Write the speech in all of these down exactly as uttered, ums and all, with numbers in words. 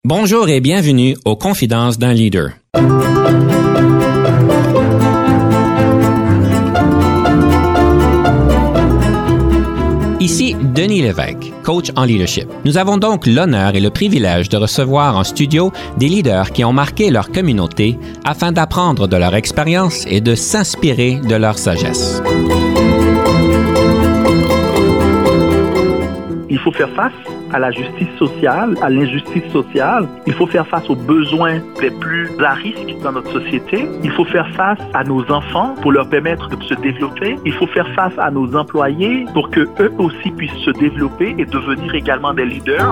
Bonjour et bienvenue aux Confidences d'un leader. Ici Denis Lévesque, coach en leadership. Nous avons donc l'honneur et le privilège de recevoir en studio des leaders qui ont marqué leur communauté afin d'apprendre de leur expérience et de s'inspirer de leur sagesse. Il faut faire face à la justice sociale, à l'injustice sociale. Il faut faire face aux besoins les plus à risque dans notre société. Il faut faire face à nos enfants pour leur permettre de se développer. Il faut faire face à nos employés pour que eux aussi puissent se développer et devenir également des leaders.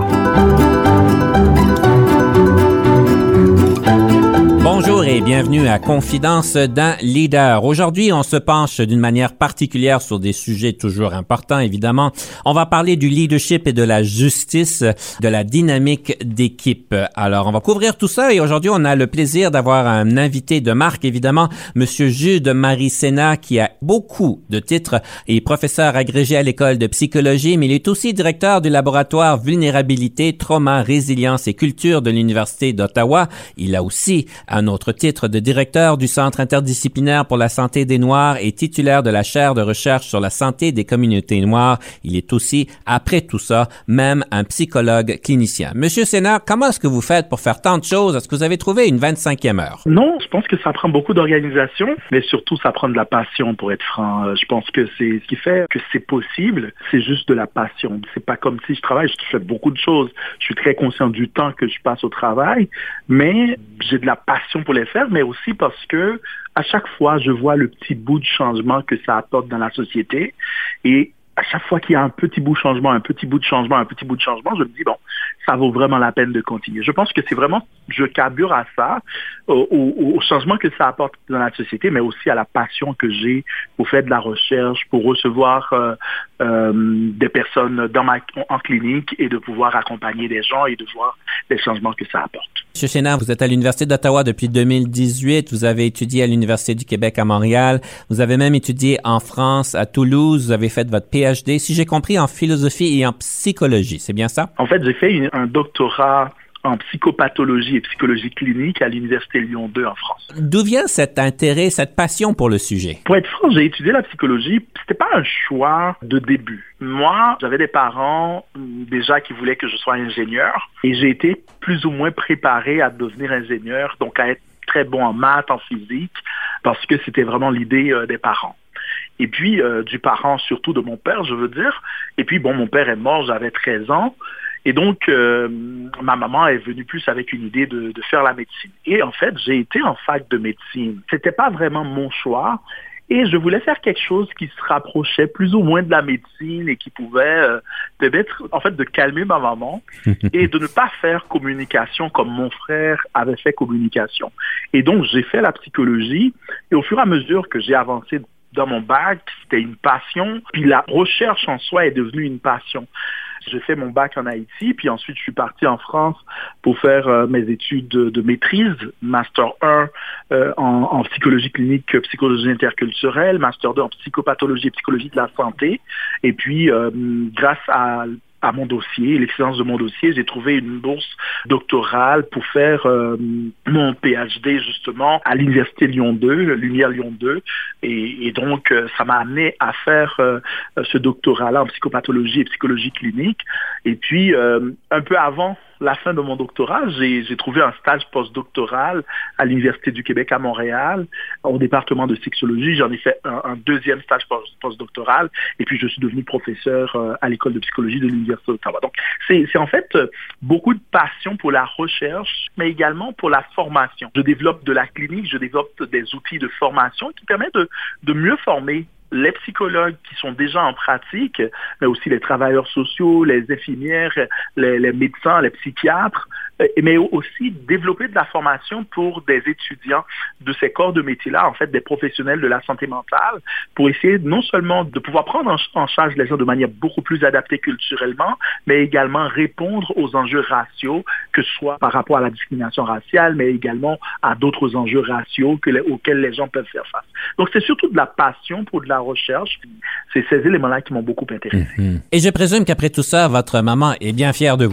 Bonjour et bienvenue à Confidence d'un leader. Aujourd'hui, on se penche d'une manière particulière sur des sujets toujours importants, évidemment. On va parler du leadership et de la justice, de la dynamique d'équipe. Alors, on va couvrir tout ça et aujourd'hui, on a le plaisir d'avoir un invité de marque, évidemment, Monsieur Jude Marissena, qui a beaucoup de titres et professeur agrégé à l'école de psychologie, mais il est aussi directeur du laboratoire Vulnérabilité, Trauma, Résilience et Culture de l'Université d'Ottawa. Il a aussi un autre titre de directeur du Centre interdisciplinaire pour la santé des Noirs et titulaire de la chaire de recherche sur la santé des communautés noires. Il est aussi, après tout ça, même un psychologue clinicien. Monsieur Sena, comment est-ce que vous faites pour faire tant de choses? Est-ce que vous avez trouvé une vingt-cinquième heure? Non, je pense que ça prend beaucoup d'organisation, mais surtout ça prend de la passion, pour être franc. Je pense que c'est ce qui fait que c'est possible, c'est juste de la passion. C'est pas comme si je travaille, je fais beaucoup de choses. Je suis très conscient du temps que je passe au travail, mais j'ai de la passion pour les faire, mais aussi parce que à chaque fois, je vois le petit bout de changement que ça apporte dans la société. Et à chaque fois qu'il y a un petit bout de changement, un petit bout de changement, un petit bout de changement, je me dis, bon, ça vaut vraiment la peine de continuer. Je pense que c'est vraiment, je carbure à ça, au, au, au changement que ça apporte dans la société, mais aussi à la passion que j'ai pour faire de la recherche, pour recevoir euh, euh, des personnes dans ma, en clinique et de pouvoir accompagner des gens et de voir les changements que ça apporte. Monsieur Sena, vous êtes à l'Université d'Ottawa depuis deux mille dix-huit. Vous avez étudié à l'Université du Québec à Montréal. Vous avez même étudié en France, à Toulouse. Vous avez fait votre P H D, si j'ai compris, en philosophie et en psychologie. C'est bien ça? En fait, j'ai fait une, un doctorat en psychopathologie et psychologie clinique à l'Université Lyon deux en France. D'où vient cet intérêt, cette passion pour le sujet? Pour être franc, j'ai étudié la psychologie. C'était pas un choix de début. Moi, j'avais des parents déjà qui voulaient que je sois ingénieur et j'ai été plus ou moins préparé à devenir ingénieur, donc à être très bon en maths, en physique, parce que c'était vraiment l'idée euh, des parents. Et puis, euh, du parent, surtout de mon père, je veux dire. Et puis, bon, mon père est mort, j'avais treize ans. Et donc, euh, ma maman est venue plus avec une idée de, de faire la médecine. Et en fait, j'ai été en fac de médecine. C'était pas vraiment mon choix. Et je voulais faire quelque chose qui se rapprochait plus ou moins de la médecine et qui pouvait euh, permettre, en fait, de calmer ma maman et de ne pas faire communication comme mon frère avait fait communication. Et donc, j'ai fait la psychologie. Et au fur et à mesure que j'ai avancé dans mon bac, c'était une passion. Puis la recherche en soi est devenue une passion. J'ai fait mon bac en Haïti, puis ensuite je suis parti en France pour faire euh, mes études de, de maîtrise, Master un euh, en, en psychologie clinique, psychologie interculturelle, Master deux en psychopathologie et psychologie de la santé. Et puis, euh, grâce à à mon dossier, l'excellence de mon dossier, j'ai trouvé une bourse doctorale pour faire euh, mon P H D justement à l'Université Lyon deux, Lumière Lyon deux, et, et donc euh, ça m'a amené à faire euh, ce doctorat-là en psychopathologie et psychologie clinique. Et puis, euh, un peu avant la fin de mon doctorat, j'ai, j'ai trouvé un stage postdoctoral à l'Université du Québec à Montréal, au département de sexologie. J'en ai fait un, un deuxième stage postdoctoral, et puis je suis devenu professeur euh, à l'école de psychologie de l'Université d'Ottawa. Donc, c'est, c'est en fait euh, beaucoup de passion pour la recherche, mais également pour la formation. Je développe de la clinique, je développe des outils de formation qui permettent de, de mieux former les psychologues qui sont déjà en pratique, mais aussi les travailleurs sociaux, les infirmières, les, les médecins, les psychiatres, mais aussi développer de la formation pour des étudiants de ces corps de métier-là, en fait des professionnels de la santé mentale, pour essayer non seulement de pouvoir prendre en, en charge les gens de manière beaucoup plus adaptée culturellement, mais également répondre aux enjeux raciaux, que ce soit par rapport à la discrimination raciale, mais également à d'autres enjeux raciaux que les, auxquels les gens peuvent faire face. Donc c'est surtout de la passion pour de la recherche. C'est ces éléments-là qui m'ont beaucoup intéressé. Mmh. Et je présume qu'après tout ça, votre maman est bien fière de vous.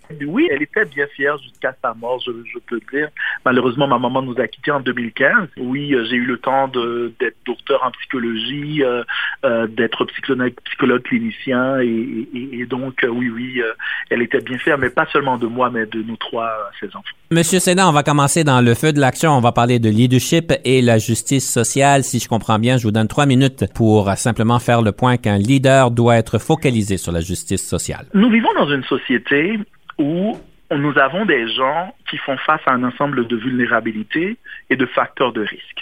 Oui, elle était bien fière jusqu'à sa mort, je, je peux dire. Malheureusement, ma maman nous a quittés en deux mille quinze. Oui, j'ai eu le temps de, d'être docteur en psychologie, euh, euh, d'être psychologue, psychologue clinicien, et, et, et donc, euh, oui, oui, euh, elle était bien fière, mais pas seulement de moi, mais de nous trois, ses enfants. Monsieur Sénat, on va commencer dans le feu de l'action. On va parler de leadership et la justice sociale. Si je comprends bien, je vous donne trois minutes pour simplement faire le point qu'un leader doit être focalisé sur la justice sociale. Nous vivons dans une société où nous avons des gens qui font face à un ensemble de vulnérabilités et de facteurs de risque.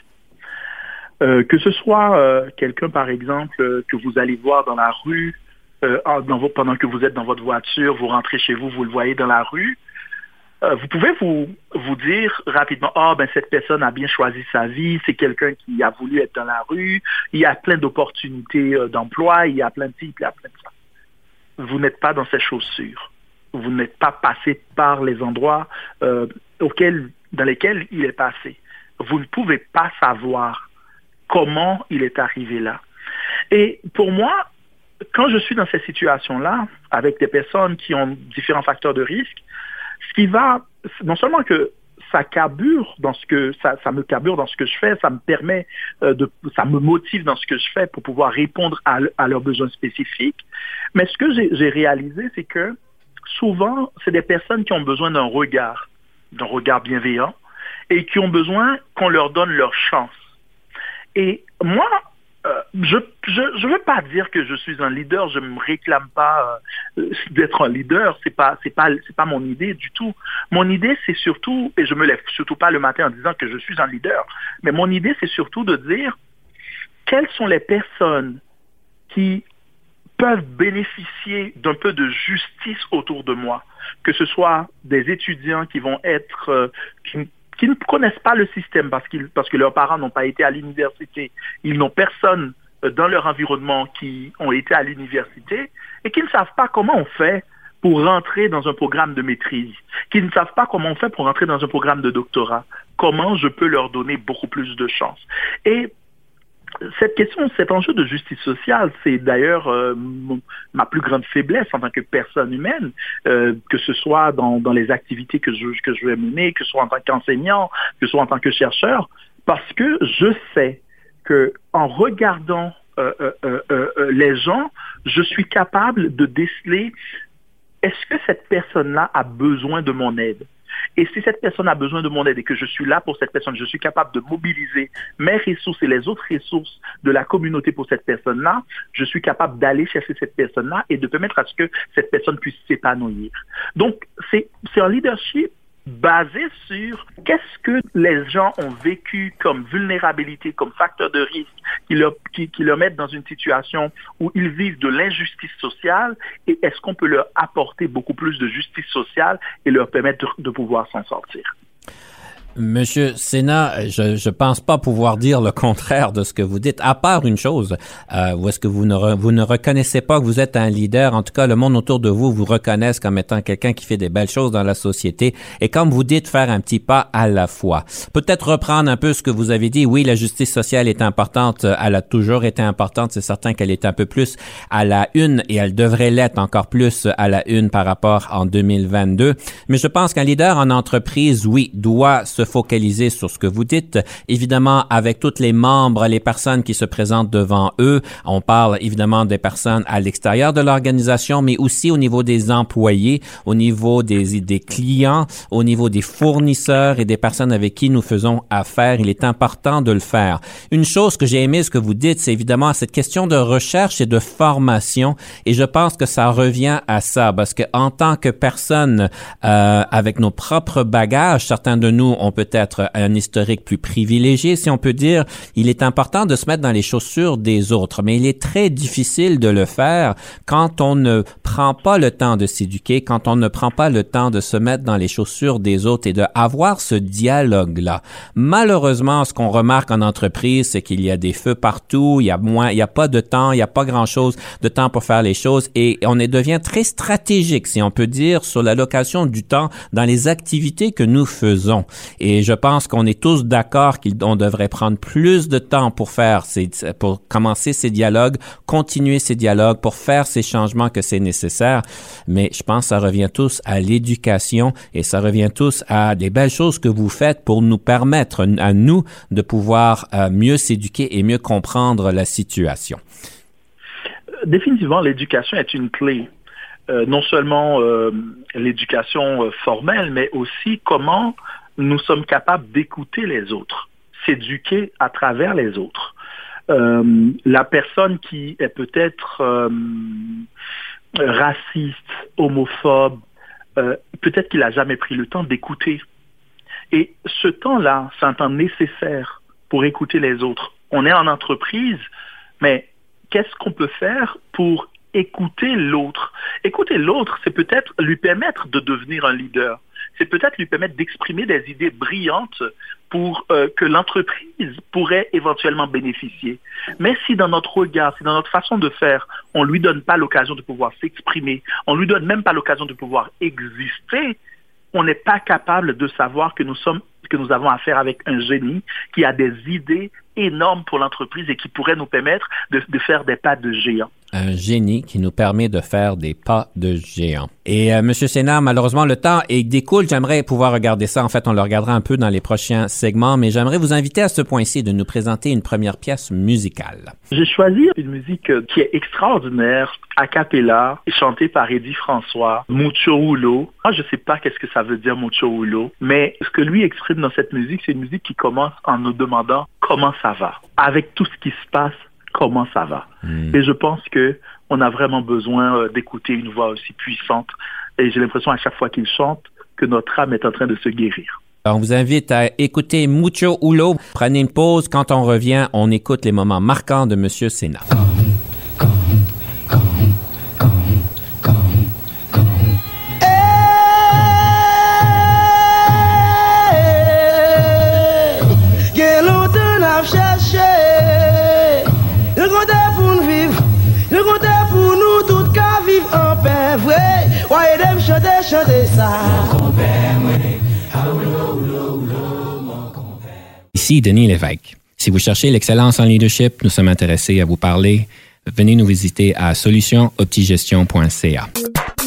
Euh, que ce soit euh, quelqu'un, par exemple, euh, que vous allez voir dans la rue, euh, dans vos, pendant que vous êtes dans votre voiture, vous rentrez chez vous, vous le voyez dans la rue, euh, vous pouvez vous, vous dire rapidement, « Ah, oh, ben cette personne a bien choisi sa vie, c'est quelqu'un qui a voulu être dans la rue, il y a plein d'opportunités euh, d'emploi, il y a plein de ci, il y a plein de ça. » Vous n'êtes pas dans ses chaussures. Vous n'êtes pas passé par les endroits euh, auxquels, dans lesquels il est passé. Vous ne pouvez pas savoir comment il est arrivé là. Et pour moi, quand je suis dans ces situations-là, avec des personnes qui ont différents facteurs de risque, ce qui va, non seulement que ça carbure dans ce que ça, ça me carbure dans ce que je fais, ça me permet euh, de, ça me motive dans ce que je fais pour pouvoir répondre à, à leurs besoins spécifiques. Mais ce que j'ai, j'ai réalisé, c'est que souvent, c'est des personnes qui ont besoin d'un regard, d'un regard bienveillant, et qui ont besoin qu'on leur donne leur chance. Et moi, euh, je je je veux pas dire que je suis un leader, je me réclame pas euh, d'être un leader, c'est pas c'est pas c'est pas mon idée du tout. Mon idée, c'est surtout, et je me lève surtout pas le matin en disant que je suis un leader, mais mon idée, c'est surtout de dire quelles sont les personnes qui peuvent bénéficier d'un peu de justice autour de moi, que ce soit des étudiants qui vont être, euh, qui, qui ne connaissent pas le système parce, qu'ils, parce que leurs parents n'ont pas été à l'université, ils n'ont personne euh, dans leur environnement qui ont été à l'université et qui ne savent pas comment on fait pour rentrer dans un programme de maîtrise, qui ne savent pas comment on fait pour rentrer dans un programme de doctorat, comment je peux leur donner beaucoup plus de chance. Et cette question, cet enjeu de justice sociale, c'est d'ailleurs euh, mon, ma plus grande faiblesse en tant que personne humaine, euh, que ce soit dans, dans les activités que je, que je vais mener, que ce soit en tant qu'enseignant, que ce soit en tant que chercheur, parce que je sais que en regardant euh, euh, euh, euh, les gens, je suis capable de déceler est-ce que cette personne-là a besoin de mon aide? Et si cette personne a besoin de mon aide et que je suis là pour cette personne, je suis capable de mobiliser mes ressources et les autres ressources de la communauté pour cette personne-là, je suis capable d'aller chercher cette personne-là et de permettre à ce que cette personne puisse s'épanouir. Donc, c'est, c'est un leadership basé sur qu'est-ce que les gens ont vécu comme vulnérabilité, comme facteur de risque, qui leur, qui, qui leur mettent dans une situation où ils vivent de l'injustice sociale, et est-ce qu'on peut leur apporter beaucoup plus de justice sociale et leur permettre de, de pouvoir s'en sortir. Monsieur Sénat, je je pense pas pouvoir dire le contraire de ce que vous dites, à part une chose, euh, où est-ce que vous ne re, vous ne reconnaissez pas que vous êtes un leader. En tout cas, le monde autour de vous vous reconnaisse comme étant quelqu'un qui fait des belles choses dans la société. Et comme vous dites, faire un petit pas à la fois. Peut-être reprendre un peu ce que vous avez dit. Oui, la justice sociale est importante. Elle a toujours été importante. C'est certain qu'elle est un peu plus à la une et elle devrait l'être encore plus à la une par rapport en deux mille vingt-deux. Mais je pense qu'un leader en entreprise, oui, doit se focaliser sur ce que vous dites. Évidemment, avec tous les membres, les personnes qui se présentent devant eux, on parle évidemment des personnes à l'extérieur de l'organisation, mais aussi au niveau des employés, au niveau des, des clients, au niveau des fournisseurs et des personnes avec qui nous faisons affaire. Il est important de le faire. Une chose que j'ai aimé ce que vous dites, c'est évidemment cette question de recherche et de formation, et je pense que ça revient à ça, parce que en tant que personne euh, avec nos propres bagages, certains de nous ont peut-être un historique plus privilégié, si on peut dire. Il est important de se mettre dans les chaussures des autres, mais il est très difficile de le faire quand on ne prend pas le temps de s'éduquer, quand on ne prend pas le temps de se mettre dans les chaussures des autres et de avoir ce dialogue-là. Malheureusement, ce qu'on remarque en entreprise, c'est qu'il y a des feux partout, il y a moins, il y a pas de temps, il y a pas grand-chose de temps pour faire les choses, et on est, devient très stratégique, si on peut dire, sur l'allocation du temps dans les activités que nous faisons. Et Et je pense qu'on est tous d'accord qu'on devrait prendre plus de temps pour faire ces, pour commencer ces dialogues, continuer ces dialogues, pour faire ces changements que c'est nécessaire. Mais je pense que ça revient tous à l'éducation et ça revient tous à des belles choses que vous faites pour nous permettre à nous de pouvoir euh, mieux s'éduquer et mieux comprendre la situation. Définitivement, l'éducation est une clé. Euh, non seulement euh, l'éducation euh, formelle, mais aussi comment nous sommes capables d'écouter les autres, s'éduquer à travers les autres. Euh, la personne qui est peut-être euh, raciste, homophobe, euh, peut-être qu'il n'a jamais pris le temps d'écouter. Et ce temps-là, c'est un temps nécessaire pour écouter les autres. On est en entreprise, mais qu'est-ce qu'on peut faire pour écouter l'autre? Écouter l'autre, c'est peut-être lui permettre de devenir un leader. C'est peut-être lui permettre d'exprimer des idées brillantes pour euh, que l'entreprise pourrait éventuellement bénéficier. Mais si dans notre regard, si dans notre façon de faire, on ne lui donne pas l'occasion de pouvoir s'exprimer, on ne lui donne même pas l'occasion de pouvoir exister, on n'est pas capable de savoir que nous sommes, que nous avons affaire avec un génie qui a des idées énormes pour l'entreprise et qui pourrait nous permettre de, de faire des pas de géant. Un génie qui nous permet de faire des pas de géant. Et euh, Monsieur Sénard, malheureusement, le temps est découle. J'aimerais pouvoir regarder ça. En fait, on le regardera un peu dans les prochains segments, mais j'aimerais vous inviter à ce point-ci de nous présenter une première pièce musicale. J'ai choisi une musique qui est extraordinaire, a cappella, chantée par Eddie François, Mucho Hulo. Moi, je ne sais pas qu'est-ce que ça veut dire Mucho Hulo, mais ce que lui exprime dans cette musique, c'est une musique qui commence en nous demandant comment ça va. Avec tout ce qui se passe, comment ça va. Mmh. Et je pense que on a vraiment besoin euh, d'écouter une voix aussi puissante. Et j'ai l'impression à chaque fois qu'il chante que notre âme est en train de se guérir. On vous invite à écouter Mucho Hulo. Prenez une pause. Quand on revient, on écoute les moments marquants de Monsieur Sénard. Ici Denis Lévesque. Si vous cherchez l'excellence en leadership, nous sommes intéressés à vous parler. Venez nous visiter à solutions optigestion point c a.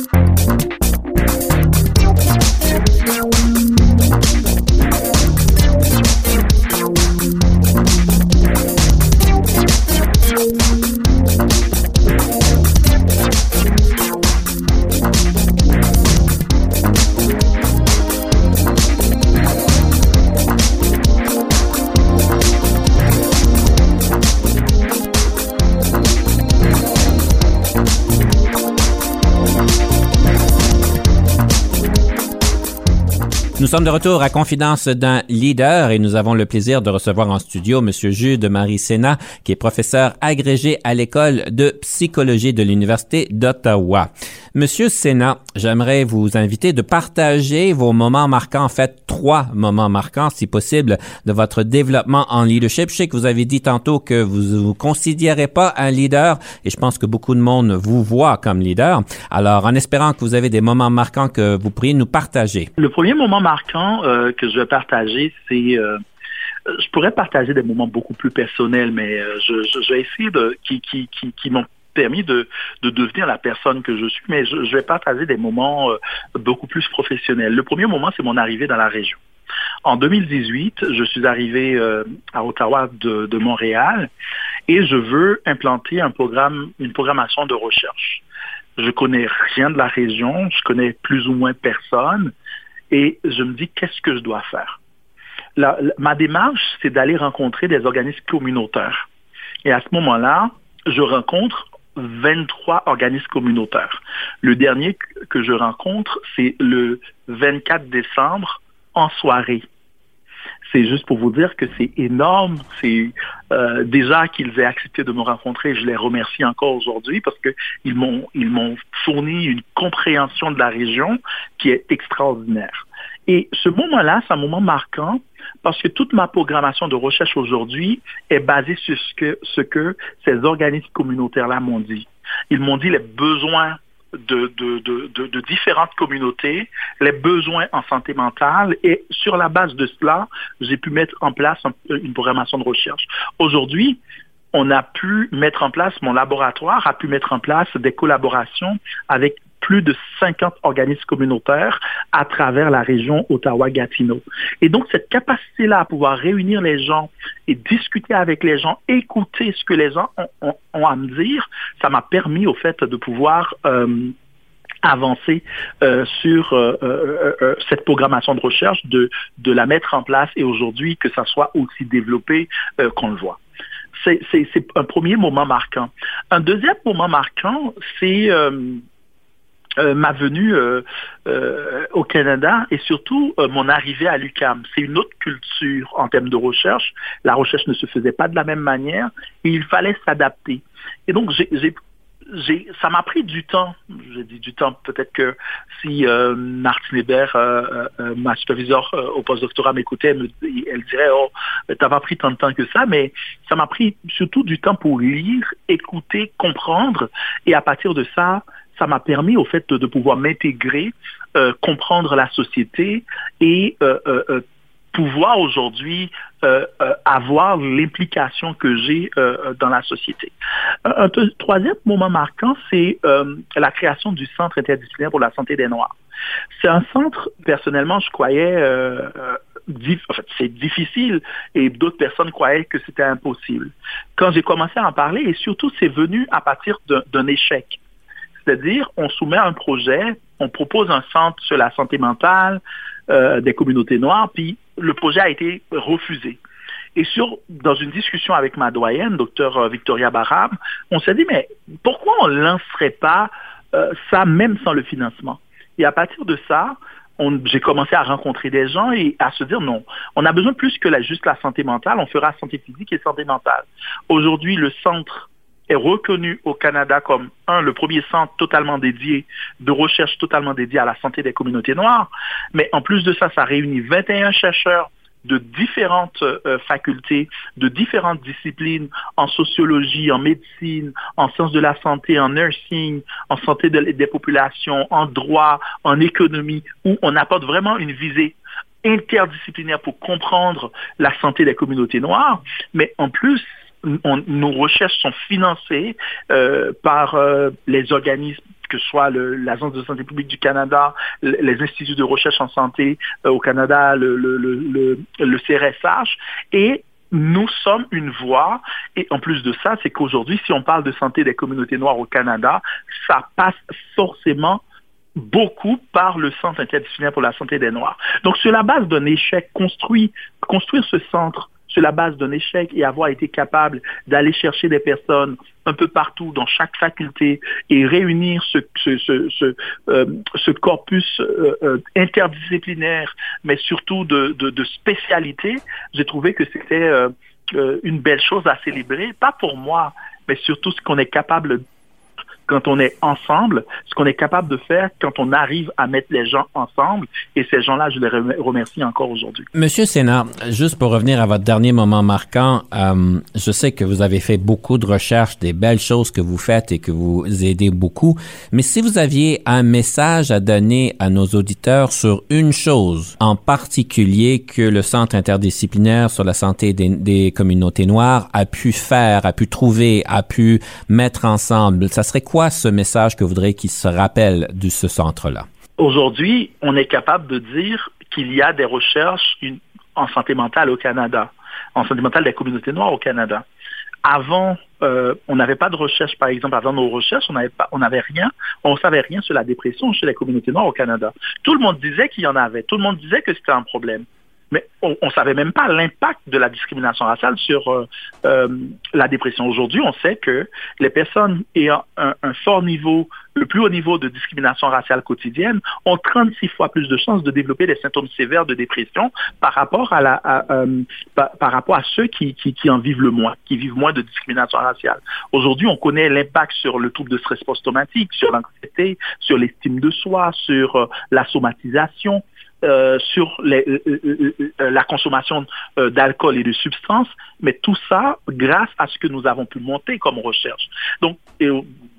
Nous sommes de retour à Confidence d'un leader et nous avons le plaisir de recevoir en studio M. Jude-Marie Sénat, qui est professeur agrégé à l'École de psychologie de l'Université d'Ottawa. Monsieur Sénat, j'aimerais vous inviter de partager vos moments marquants, en fait trois moments marquants, si possible, de votre développement en leadership. Je sais que vous avez dit tantôt que vous ne vous considérez pas un leader et je pense que beaucoup de monde vous voit comme leader. Alors, en espérant que vous avez des moments marquants que vous pourriez nous partager. Le premier moment marquant euh, que je vais partager, c'est... Euh, je pourrais partager des moments beaucoup plus personnels, mais euh, je, je, je vais essayer de... qui, qui, qui, qui m'ont permis de, de devenir la personne que je suis, mais je, je vais partager des moments euh, beaucoup plus professionnels. Le premier moment, c'est mon arrivée dans la région. En deux mille dix-huit, je suis arrivé euh, à Ottawa de, de Montréal et je veux implanter un programme, une programmation de recherche. Je connais rien de la région, je connais plus ou moins personne et je me dis qu'est-ce que je dois faire. La, la, ma démarche, c'est d'aller rencontrer des organismes communautaires. Et à ce moment-là, je rencontre vingt-trois organismes communautaires. Le dernier que je rencontre, c'est le vingt-quatre décembre en soirée. C'est juste pour vous dire que c'est énorme. C'est euh, déjà qu'ils aient accepté de me rencontrer, je les remercie encore aujourd'hui parce que ils m'ont ils m'ont fourni une compréhension de la région qui est extraordinaire. Et ce moment-là, c'est un moment marquant parce que toute ma programmation de recherche aujourd'hui est basée sur ce que, ce que ces organismes communautaires-là m'ont dit. Ils m'ont dit les besoins de, de, de, de, de différentes communautés, les besoins en santé mentale, et sur la base de cela, j'ai pu mettre en place un, une programmation de recherche. Aujourd'hui, on a pu mettre en place, mon laboratoire a pu mettre en place des collaborations avec plus de cinquante organismes communautaires à travers la région Ottawa-Gatineau. Et donc, cette capacité-là à pouvoir réunir les gens et discuter avec les gens, écouter ce que les gens ont, ont, ont à me dire, ça m'a permis, au fait, de pouvoir euh, avancer euh, sur euh, euh, euh, cette programmation de recherche, de, de la mettre en place et aujourd'hui, que ça soit aussi développé euh, qu'on le voit. C'est, c'est, c'est un premier moment marquant. Un deuxième moment marquant, c'est euh, euh, ma venue euh, euh, au Canada et surtout euh, mon arrivée à l'U Q A M. C'est une autre culture en termes de recherche. La recherche ne se faisait pas de la même manière et il fallait s'adapter. Et donc, j'ai, j'ai J'ai, ça m'a pris du temps. J'ai dit du temps. Peut-être que si euh, Martine Hébert, euh, euh, ma superviseure euh, au postdoctorat, m'écoutait, elle, me, elle dirait « Oh, t'as pas pris tant de temps que ça », mais ça m'a pris surtout du temps pour lire, écouter, comprendre. Et à partir de ça, ça m'a permis au fait de, de pouvoir m'intégrer, euh, comprendre la société et euh, euh, pouvoir aujourd'hui euh, euh, avoir l'implication que j'ai euh, dans la société. Un, un troisième moment marquant, c'est euh, la création du Centre interdisciplinaire pour la santé des Noirs. C'est un centre, personnellement, je croyais, euh, euh, dif- en fait, c'est difficile et d'autres personnes croyaient que c'était impossible. Quand j'ai commencé à en parler, et surtout, c'est venu à partir d'un, d'un échec. C'est-à-dire, on soumet un projet, on propose un centre sur la santé mentale euh, des communautés noires, puis le projet a été refusé. Et sur, dans une discussion avec ma doyenne, docteur Victoria Barham, on s'est dit, mais pourquoi on ne lancerait pas euh, ça même sans le financement? Et à partir de ça, on, j'ai commencé à rencontrer des gens et à se dire, non, on a besoin plus que la, juste la santé mentale, on fera santé physique et santé mentale. Aujourd'hui, le centre est reconnu au Canada comme, un, le premier centre totalement dédié, de recherche totalement dédié à la santé des communautés noires. Mais en plus de ça, ça réunit vingt et un chercheurs de différentes euh, facultés, de différentes disciplines, en sociologie, en médecine, en sciences de la santé, en nursing, en santé de, des populations, en droit, en économie, où on apporte vraiment une visée interdisciplinaire pour comprendre la santé des communautés noires. Mais en plus, On, nos recherches sont financées euh, par euh, les organismes, que ce soit le, l'Agence de santé publique du Canada, les instituts de recherche en santé euh, au Canada, le, le, le, le C R S H, et nous sommes une voix, et en plus de ça, c'est qu'aujourd'hui, si on parle de santé des communautés noires au Canada, ça passe forcément beaucoup par le Centre interdisciplinaire pour la santé des Noirs. Donc, sur la base d'un échec, construit, construire ce centre sur la base d'un échec et avoir été capable d'aller chercher des personnes un peu partout dans chaque faculté et réunir ce, ce, ce, ce, euh, ce corpus euh, euh, interdisciplinaire, mais surtout de, de, de spécialité, j'ai trouvé que c'était euh, euh, une belle chose à célébrer, pas pour moi, mais surtout ce qu'on est capable de quand on est ensemble, ce qu'on est capable de faire quand on arrive à mettre les gens ensemble. Et ces gens-là, je les remercie encore aujourd'hui. Monsieur Sénard, juste pour revenir à votre dernier moment marquant, euh, je sais que vous avez fait beaucoup de recherches, des belles choses que vous faites et que vous aidez beaucoup. Mais si vous aviez un message à donner à nos auditeurs sur une chose en particulier que le Centre interdisciplinaire sur la santé des, des communautés noires a pu faire, a pu trouver, a pu mettre ensemble, ça serait quoi ce message que vous voudriez qu'il se rappelle de ce centre-là? Aujourd'hui, on est capable de dire qu'il y a des recherches en santé mentale au Canada, en santé mentale des communautés noires au Canada. Avant, euh, on n'avait pas de recherche, par exemple, avant nos recherches, on n'avait pas, on n'avait rien, on ne savait rien sur la dépression chez les communautés noires au Canada. Tout le monde disait qu'il y en avait, tout le monde disait que c'était un problème. Mais on ne savait même pas l'impact de la discrimination raciale sur euh, euh, la dépression. Aujourd'hui, on sait que les personnes ayant un, un fort niveau, le plus haut niveau de discrimination raciale quotidienne, ont trente-six fois plus de chances de développer des symptômes sévères de dépression par rapport à, la, à, euh, par, par rapport à ceux qui, qui, qui en vivent le moins, qui vivent moins de discrimination raciale. Aujourd'hui, on connaît l'impact sur le trouble de stress post-traumatique, sur l'anxiété, sur l'estime de soi, sur euh, la somatisation. Euh, sur les, euh, euh, la consommation euh, d'alcool et de substances, mais tout ça grâce à ce que nous avons pu monter comme recherche. Donc, et,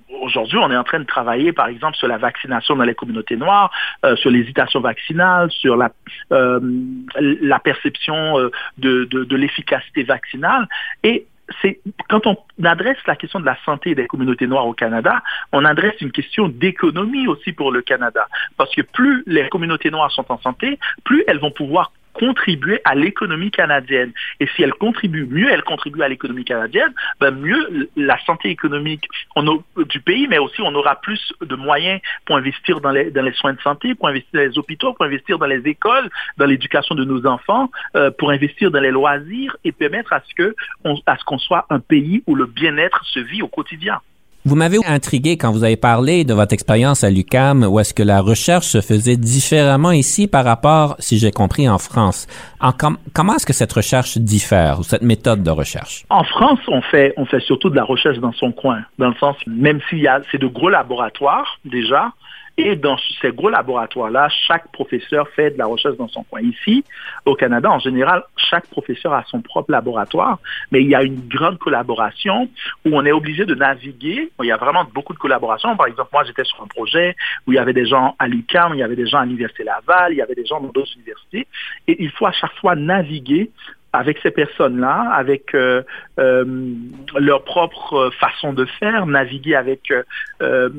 aujourd'hui, on est en train de travailler, par exemple, sur la vaccination dans les communautés noires, euh, sur l'hésitation vaccinale, sur la, euh, la perception euh, de, de, de l'efficacité vaccinale. Et c'est quand on adresse la question de la santé des communautés noires au Canada, on adresse une question d'économie aussi pour le Canada. Parce que plus les communautés noires sont en santé, plus elles vont pouvoir contribuer à l'économie canadienne. Et si elles contribuent, mieux elles contribuent à l'économie canadienne, ben mieux la santé économique on a, du pays, mais aussi on aura plus de moyens pour investir dans les, dans les soins de santé, pour investir dans les hôpitaux, pour investir dans les écoles, dans l'éducation de nos enfants, euh, pour investir dans les loisirs et permettre à ce que on, à ce qu'on soit un pays où le bien-être se vit au quotidien. Vous m'avez intrigué quand vous avez parlé de votre expérience à l'U Q A M, où est-ce que la recherche se faisait différemment ici par rapport, si j'ai compris, en France. En com- comment est-ce que cette recherche diffère, ou cette méthode de recherche? En France, on fait, on fait surtout de la recherche dans son coin, dans le sens, même s'il y a, c'est de gros laboratoires, déjà, et dans ces gros laboratoires-là, chaque professeur fait de la recherche dans son coin. Ici, au Canada, en général, chaque professeur a son propre laboratoire, mais il y a une grande collaboration où on est obligé de naviguer. Il y a vraiment beaucoup de collaboration. Par exemple, moi, j'étais sur un projet où il y avait des gens à l'U Q A M, il y avait des gens à l'Université Laval, il y avait des gens dans d'autres universités, et il faut à chaque fois naviguer avec ces personnes-là, avec euh, euh, leur propre façon de faire, naviguer avec euh,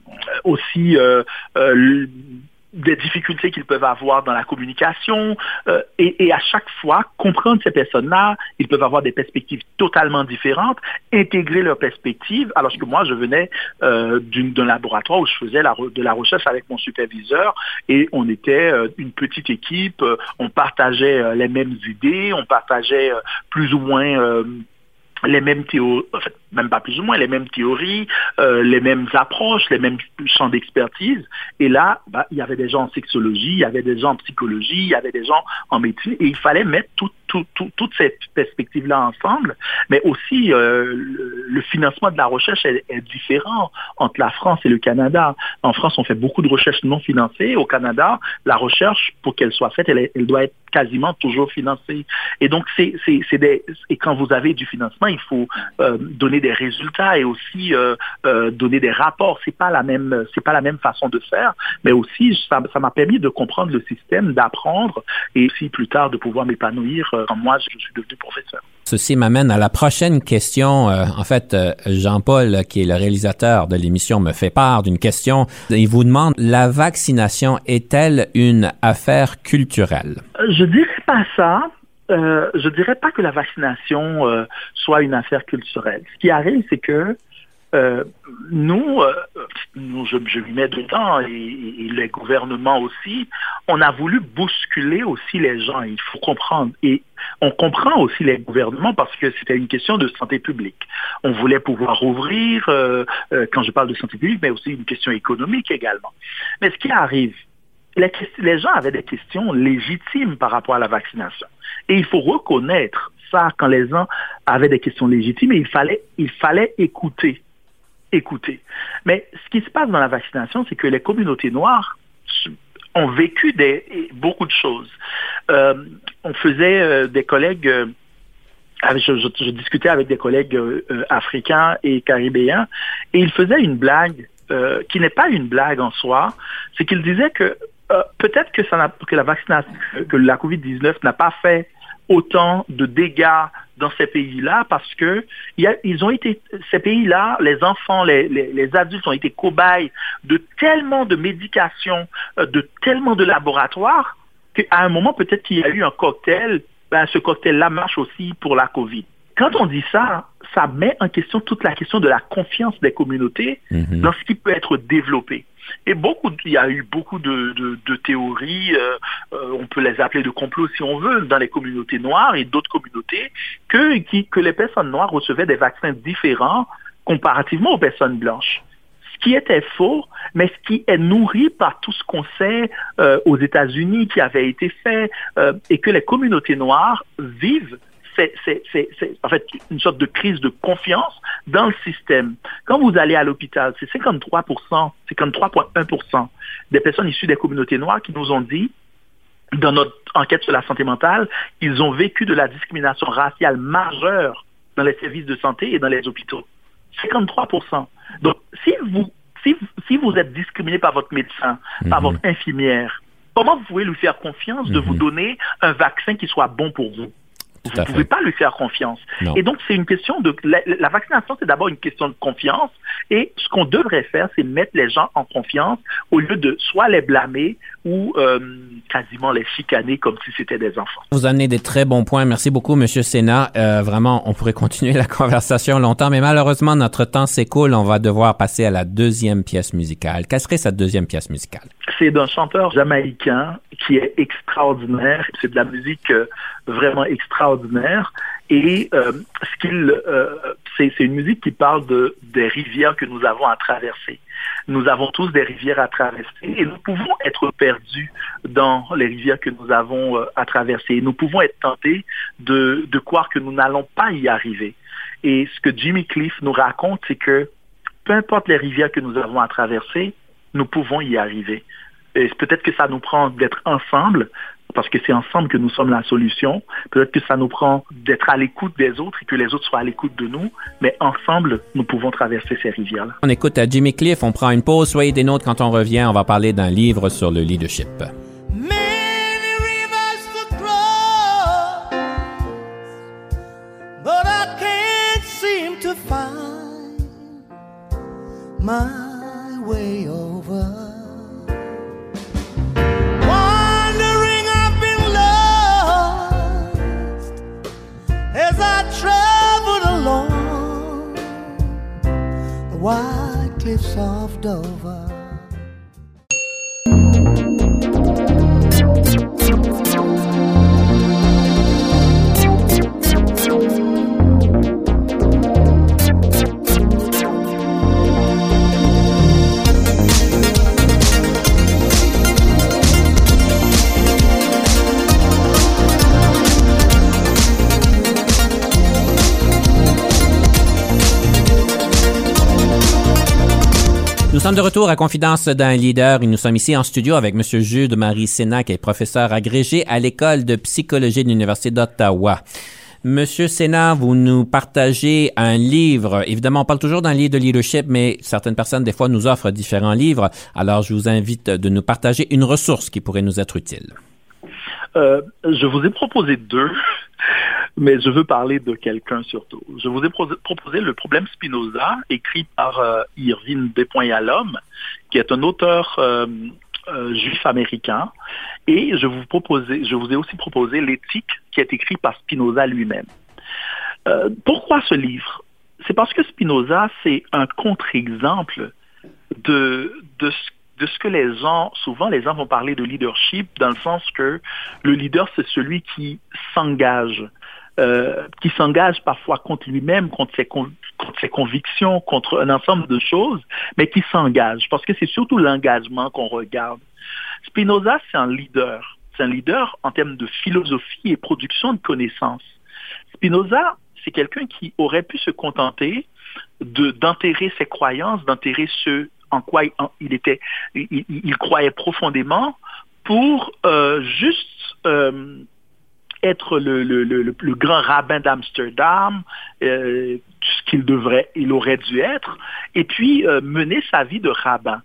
aussi euh, euh, des difficultés qu'ils peuvent avoir dans la communication euh, et, et à chaque fois, comprendre ces personnes-là, ils peuvent avoir des perspectives totalement différentes, intégrer leurs perspectives, alors que moi, je venais euh, d'une, d'un laboratoire où je faisais la, de la recherche avec mon superviseur et on était euh, une petite équipe, euh, on partageait euh, les mêmes idées, on partageait euh, plus ou moins... Euh, les mêmes théories, en fait, même pas plus ou moins, les mêmes théories, euh, les mêmes approches, les mêmes champs d'expertise. Et là, bah, il y avait des gens en sexologie, il y avait des gens en psychologie, il y avait des gens en médecine, et il fallait mettre tout, tout, tout, toutes ces perspectives-là ensemble. Mais aussi, euh, le, le financement de la recherche est, est différent entre la France et le Canada. En France, on fait beaucoup de recherches non financées. Au Canada, la recherche, pour qu'elle soit faite, elle, elle doit être quasiment toujours financée. Et donc, c'est, c'est, c'est des, et quand vous avez du financement, il faut euh, donner des résultats et aussi euh, euh, donner des rapports. C'est pas la même, c'est pas la même façon de faire, mais aussi ça, ça m'a permis de comprendre le système, d'apprendre et aussi plus tard de pouvoir m'épanouir euh, quand moi je suis devenu professeur. Ceci m'amène à la prochaine question. Euh, en fait, euh, Jean-Paul, qui est le réalisateur de l'émission, me fait part d'une question. Il vous demande, la vaccination est-elle une affaire culturelle? Je dirais pas ça. Euh, je dirais pas que la vaccination euh, soit une affaire culturelle. Ce qui arrive, c'est que euh, nous, euh, nous je, je m'y mets dedans, et, et les gouvernements aussi, on a voulu bousculer aussi les gens, il faut comprendre. Et on comprend aussi les gouvernements parce que c'était une question de santé publique. On voulait pouvoir ouvrir, euh, euh, quand je parle de santé publique, mais aussi une question économique également. Mais ce qui arrive, les, les gens avaient des questions légitimes par rapport à la vaccination. Et il faut reconnaître ça quand les gens avaient des questions légitimes et il fallait, il fallait écouter. Écouter. Mais ce qui se passe dans la vaccination, c'est que les communautés noires ont vécu des, beaucoup de choses. Euh, on faisait euh, des collègues, euh, je, je, je discutais avec des collègues euh, africains et caribéens, et ils faisaient une blague euh, qui n'est pas une blague en soi, c'est qu'ils disaient que euh, peut-être que, ça n'a, que la vaccination, que la covid dix-neuf n'a pas fait autant de dégâts dans ces pays-là parce que il y a, ils ont été, ces pays-là, les enfants, les, les, les adultes ont été cobayes de tellement de médications, de tellement de laboratoires qu'à un moment, peut-être qu'il y a eu un cocktail, ben, ce cocktail-là marche aussi pour la COVID. Quand on dit ça, ça met en question toute la question de la confiance des communautés mmh. dans ce qui peut être développé. Et beaucoup, il y a eu beaucoup de, de, de théories, euh, euh, on peut les appeler de complots si on veut, dans les communautés noires et d'autres communautés, que, qui, que les personnes noires recevaient des vaccins différents comparativement aux personnes blanches. Ce qui était faux, mais ce qui est nourri par tout ce qu'on sait euh, aux États-Unis qui avait été fait, euh, et que les communautés noires vivent. C'est, c'est, c'est, c'est en fait une sorte de crise de confiance dans le système. Quand vous allez à l'hôpital, c'est cinquante-trois pour cent, cinquante-trois virgule un pour cent des personnes issues des communautés noires qui nous ont dit, dans notre enquête sur la santé mentale, ils ont vécu de la discrimination raciale majeure dans les services de santé et dans les hôpitaux. cinquante-trois pour cent. Donc, si vous, si, si vous êtes discriminé par votre médecin, mm-hmm. par votre infirmière, comment vous pouvez lui faire confiance de mm-hmm. vous donner un vaccin qui soit bon pour vous? Vous ne pouvez pas lui faire confiance. Non. Et donc, c'est une question de... La, la vaccination, c'est d'abord une question de confiance. Et ce qu'on devrait faire, c'est mettre les gens en confiance au lieu de soit les blâmer ou euh, quasiment les chicaner comme si c'était des enfants. Vous amenez des très bons points. Merci beaucoup, M. Sénat. Euh, vraiment, on pourrait continuer la conversation longtemps, mais malheureusement, notre temps s'écoule. On va devoir passer à la deuxième pièce musicale. Quelle serait cette deuxième pièce musicale? C'est d'un chanteur jamaïcain qui est extraordinaire. C'est de la musique euh, vraiment extraordinaire. Et euh, ce qu'il, euh, c'est, c'est une musique qui parle de, des rivières que nous avons à traverser. Nous avons tous des rivières à traverser et nous pouvons être perdus dans les rivières que nous avons euh, à traverser. Nous pouvons être tentés de, de croire que nous n'allons pas y arriver. Et ce que Jimmy Cliff nous raconte, c'est que peu importe les rivières que nous avons à traverser, nous pouvons y arriver. Et peut-être que ça nous prend d'être ensemble, parce que c'est ensemble que nous sommes la solution. Peut-être que ça nous prend d'être à l'écoute des autres et que les autres soient à l'écoute de nous, mais ensemble, nous pouvons traverser ces rivières-là. On écoute à Jimmy Cliff, on prend une pause. Soyez des nôtres quand on revient. On va parler d'un livre sur le leadership. Many rivers to cross, but I can't seem to find my way over. As I traveled along the white cliffs of Dover. Nous sommes de retour à Confidence d'un leader et nous sommes ici en studio avec M. Jude-Marie Sénat, qui est professeur agrégé à l'École de psychologie de l'Université d'Ottawa. Monsieur Sénat, vous nous partagez un livre. Évidemment, on parle toujours d'un livre de leadership, mais certaines personnes, des fois, nous offrent différents livres. Alors, je vous invite de nous partager une ressource qui pourrait nous être utile. Euh, je vous ai proposé deux, mais je veux parler de quelqu'un surtout. Je vous ai pro- proposé Le problème Spinoza, écrit par euh, Irving Despoints-Yalom, qui est un auteur euh, euh, juif américain. Et je vous, proposais, je vous ai aussi proposé L'éthique, qui est écrit par Spinoza lui-même. Euh, pourquoi ce livre? C'est parce que Spinoza, c'est un contre-exemple de, de ce de ce que les gens, souvent les gens vont parler de leadership dans le sens que le leader, c'est celui qui s'engage, euh, qui s'engage parfois contre lui-même, contre ses, con- contre ses convictions, contre un ensemble de choses, mais qui s'engage, parce que c'est surtout l'engagement qu'on regarde. Spinoza, c'est un leader. C'est un leader en termes de philosophie et production de connaissances. Spinoza, c'est quelqu'un qui aurait pu se contenter de, d'enterrer ses croyances, d'enterrer ce en quoi il était, il, il croyait profondément pour euh, juste euh, être le, le, le, le grand rabbin d'Amsterdam, euh, ce qu'il devrait, il aurait dû être, et puis euh, mener sa vie de rabbin.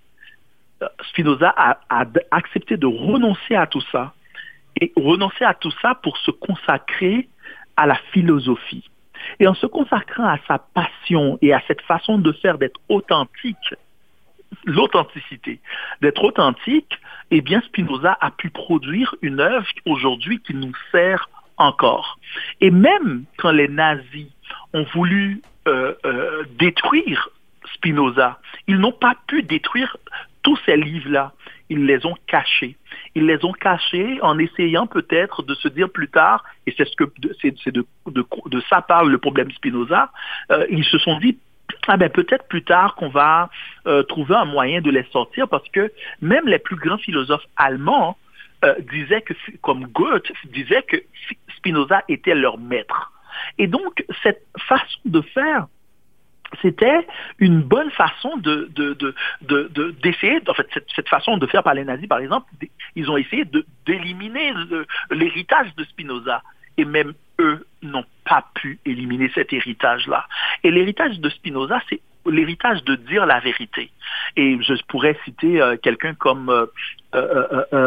Spinoza a, a accepté de renoncer à tout ça et renoncer à tout ça pour se consacrer à la philosophie. Et en se consacrant à sa passion et à cette façon de faire, d'être authentique, l'authenticité, d'être authentique, eh bien Spinoza a pu produire une œuvre aujourd'hui qui nous sert encore. Et même quand les nazis ont voulu euh, euh, détruire Spinoza, ils n'ont pas pu détruire tous ces livres-là. Ils les ont cachés. Ils les ont cachés en essayant peut-être de se dire plus tard, et c'est ce que c'est, c'est de, de, de ça parle le problème Spinoza, euh, ils se sont dit ah ben peut-être plus tard qu'on va euh, trouver un moyen de les sortir, parce que même les plus grands philosophes allemands euh, disaient que, comme Goethe, disaient que Spinoza était leur maître. Et donc cette façon de faire, c'était une bonne façon de, de, de, de, de d'essayer, en fait, cette, cette façon de faire par les nazis, par exemple, ils ont essayé de, d'éliminer le, l'héritage de Spinoza. Et même eux, n'ont pas pu éliminer cet héritage-là. Et l'héritage de Spinoza, c'est l'héritage de dire la vérité. Et je pourrais citer euh, quelqu'un comme euh, euh, euh, euh,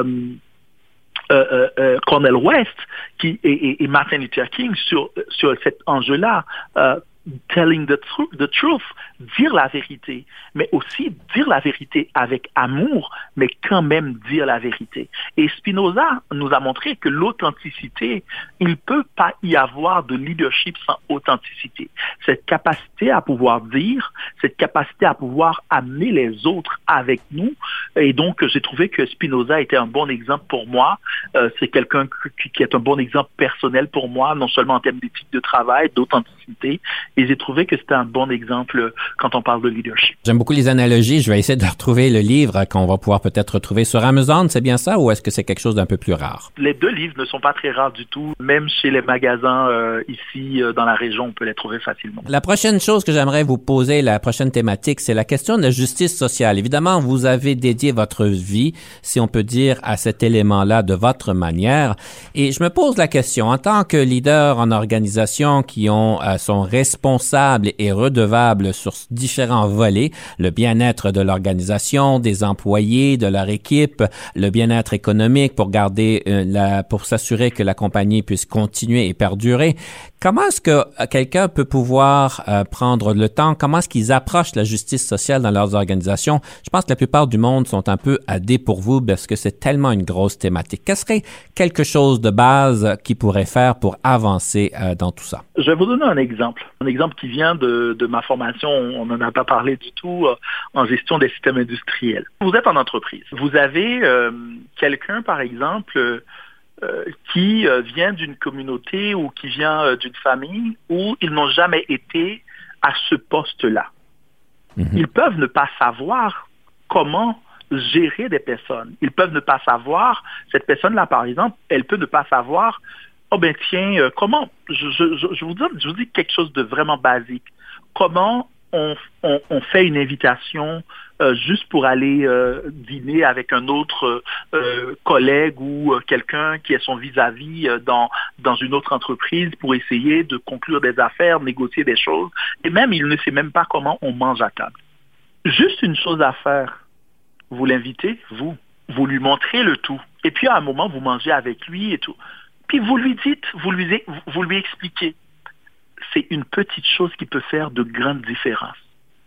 euh, euh, euh, Cornel West qui, et, et, et Martin Luther King sur, sur cet enjeu-là. Euh, telling the truth, the truth, dire la vérité, mais aussi dire la vérité avec amour, mais quand même dire la vérité. Et Spinoza nous a montré que l'authenticité, il ne peut pas y avoir de leadership sans authenticité. Cette capacité à pouvoir dire, cette capacité à pouvoir amener les autres avec nous. Et donc, j'ai trouvé que Spinoza était un bon exemple pour moi. Euh, c'est quelqu'un qui, qui est un bon exemple personnel pour moi, non seulement en termes d'éthique de travail, d'authenticité. Et j'ai trouvé que c'était un bon exemple quand on parle de leadership. J'aime beaucoup les analogies. Je vais essayer de retrouver le livre qu'on va pouvoir peut-être retrouver sur Amazon. C'est bien ça ou est-ce que c'est quelque chose d'un peu plus rare? Les deux livres ne sont pas très rares du tout. Même chez les magasins euh, ici euh, dans la région, on peut les trouver facilement. La prochaine chose que j'aimerais vous poser, la prochaine thématique, c'est la question de la justice sociale. Évidemment, vous avez dédié votre vie, si on peut dire, à cet élément-là de votre manière. Et je me pose la question, en tant que leader en organisation qui ont, euh, sont responsables et redevables sur différents volets, le bien-être de l'organisation, des employés, de leur équipe, le bien-être économique pour garder euh, la, pour s'assurer que la compagnie puisse continuer et perdurer. Comment est-ce que quelqu'un peut pouvoir euh, prendre le temps? Comment est-ce qu'ils approchent la justice sociale dans leurs organisations? Je pense que la plupart du monde sont un peu à dépourvu parce que c'est tellement une grosse thématique. Qu'est-ce serait quelque chose de base qu'ils pourraient faire pour avancer euh, dans tout ça? Je vais vous donner un exemple. Un exemple qui vient de, de ma formation. On n'en a pas parlé du tout euh, en gestion des systèmes industriels. Vous êtes en entreprise. Vous avez euh, quelqu'un, par exemple, euh, Euh, qui euh, vient d'une communauté ou qui vient euh, d'une famille où ils n'ont jamais été à ce poste-là. Mm-hmm. Ils peuvent ne pas savoir comment gérer des personnes. Ils peuvent ne pas savoir, cette personne-là, par exemple, elle peut ne pas savoir, oh ben tiens, euh, comment, je, je, je, je, vous dis, je vous dis quelque chose de vraiment basique. Comment on, on, on fait une invitation Euh, juste pour aller euh, dîner avec un autre euh, collègue ou euh, quelqu'un qui est son vis-à-vis euh, dans, dans une autre entreprise pour essayer de conclure des affaires, négocier des choses. Et même, il ne sait même pas comment on mange à table. Juste une chose à faire. Vous l'invitez, vous. Vous lui montrez le tout. Et puis, à un moment, vous mangez avec lui et tout. Puis, vous lui dites, vous lui, vous lui expliquez. C'est une petite chose qui peut faire de grandes différences.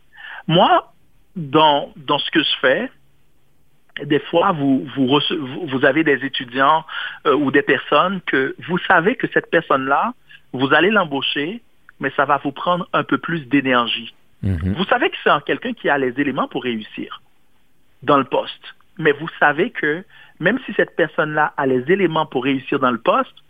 Moi, Dans, dans ce que je fais, des fois, vous, vous, rece- vous avez des étudiants euh, ou des personnes que vous savez que cette personne-là, vous allez l'embaucher, mais ça va vous prendre un peu plus d'énergie. Mm-hmm. Vous savez que c'est un, quelqu'un qui a les éléments pour réussir dans le poste. Mais vous savez que même si cette personne-là a les éléments pour réussir dans le poste,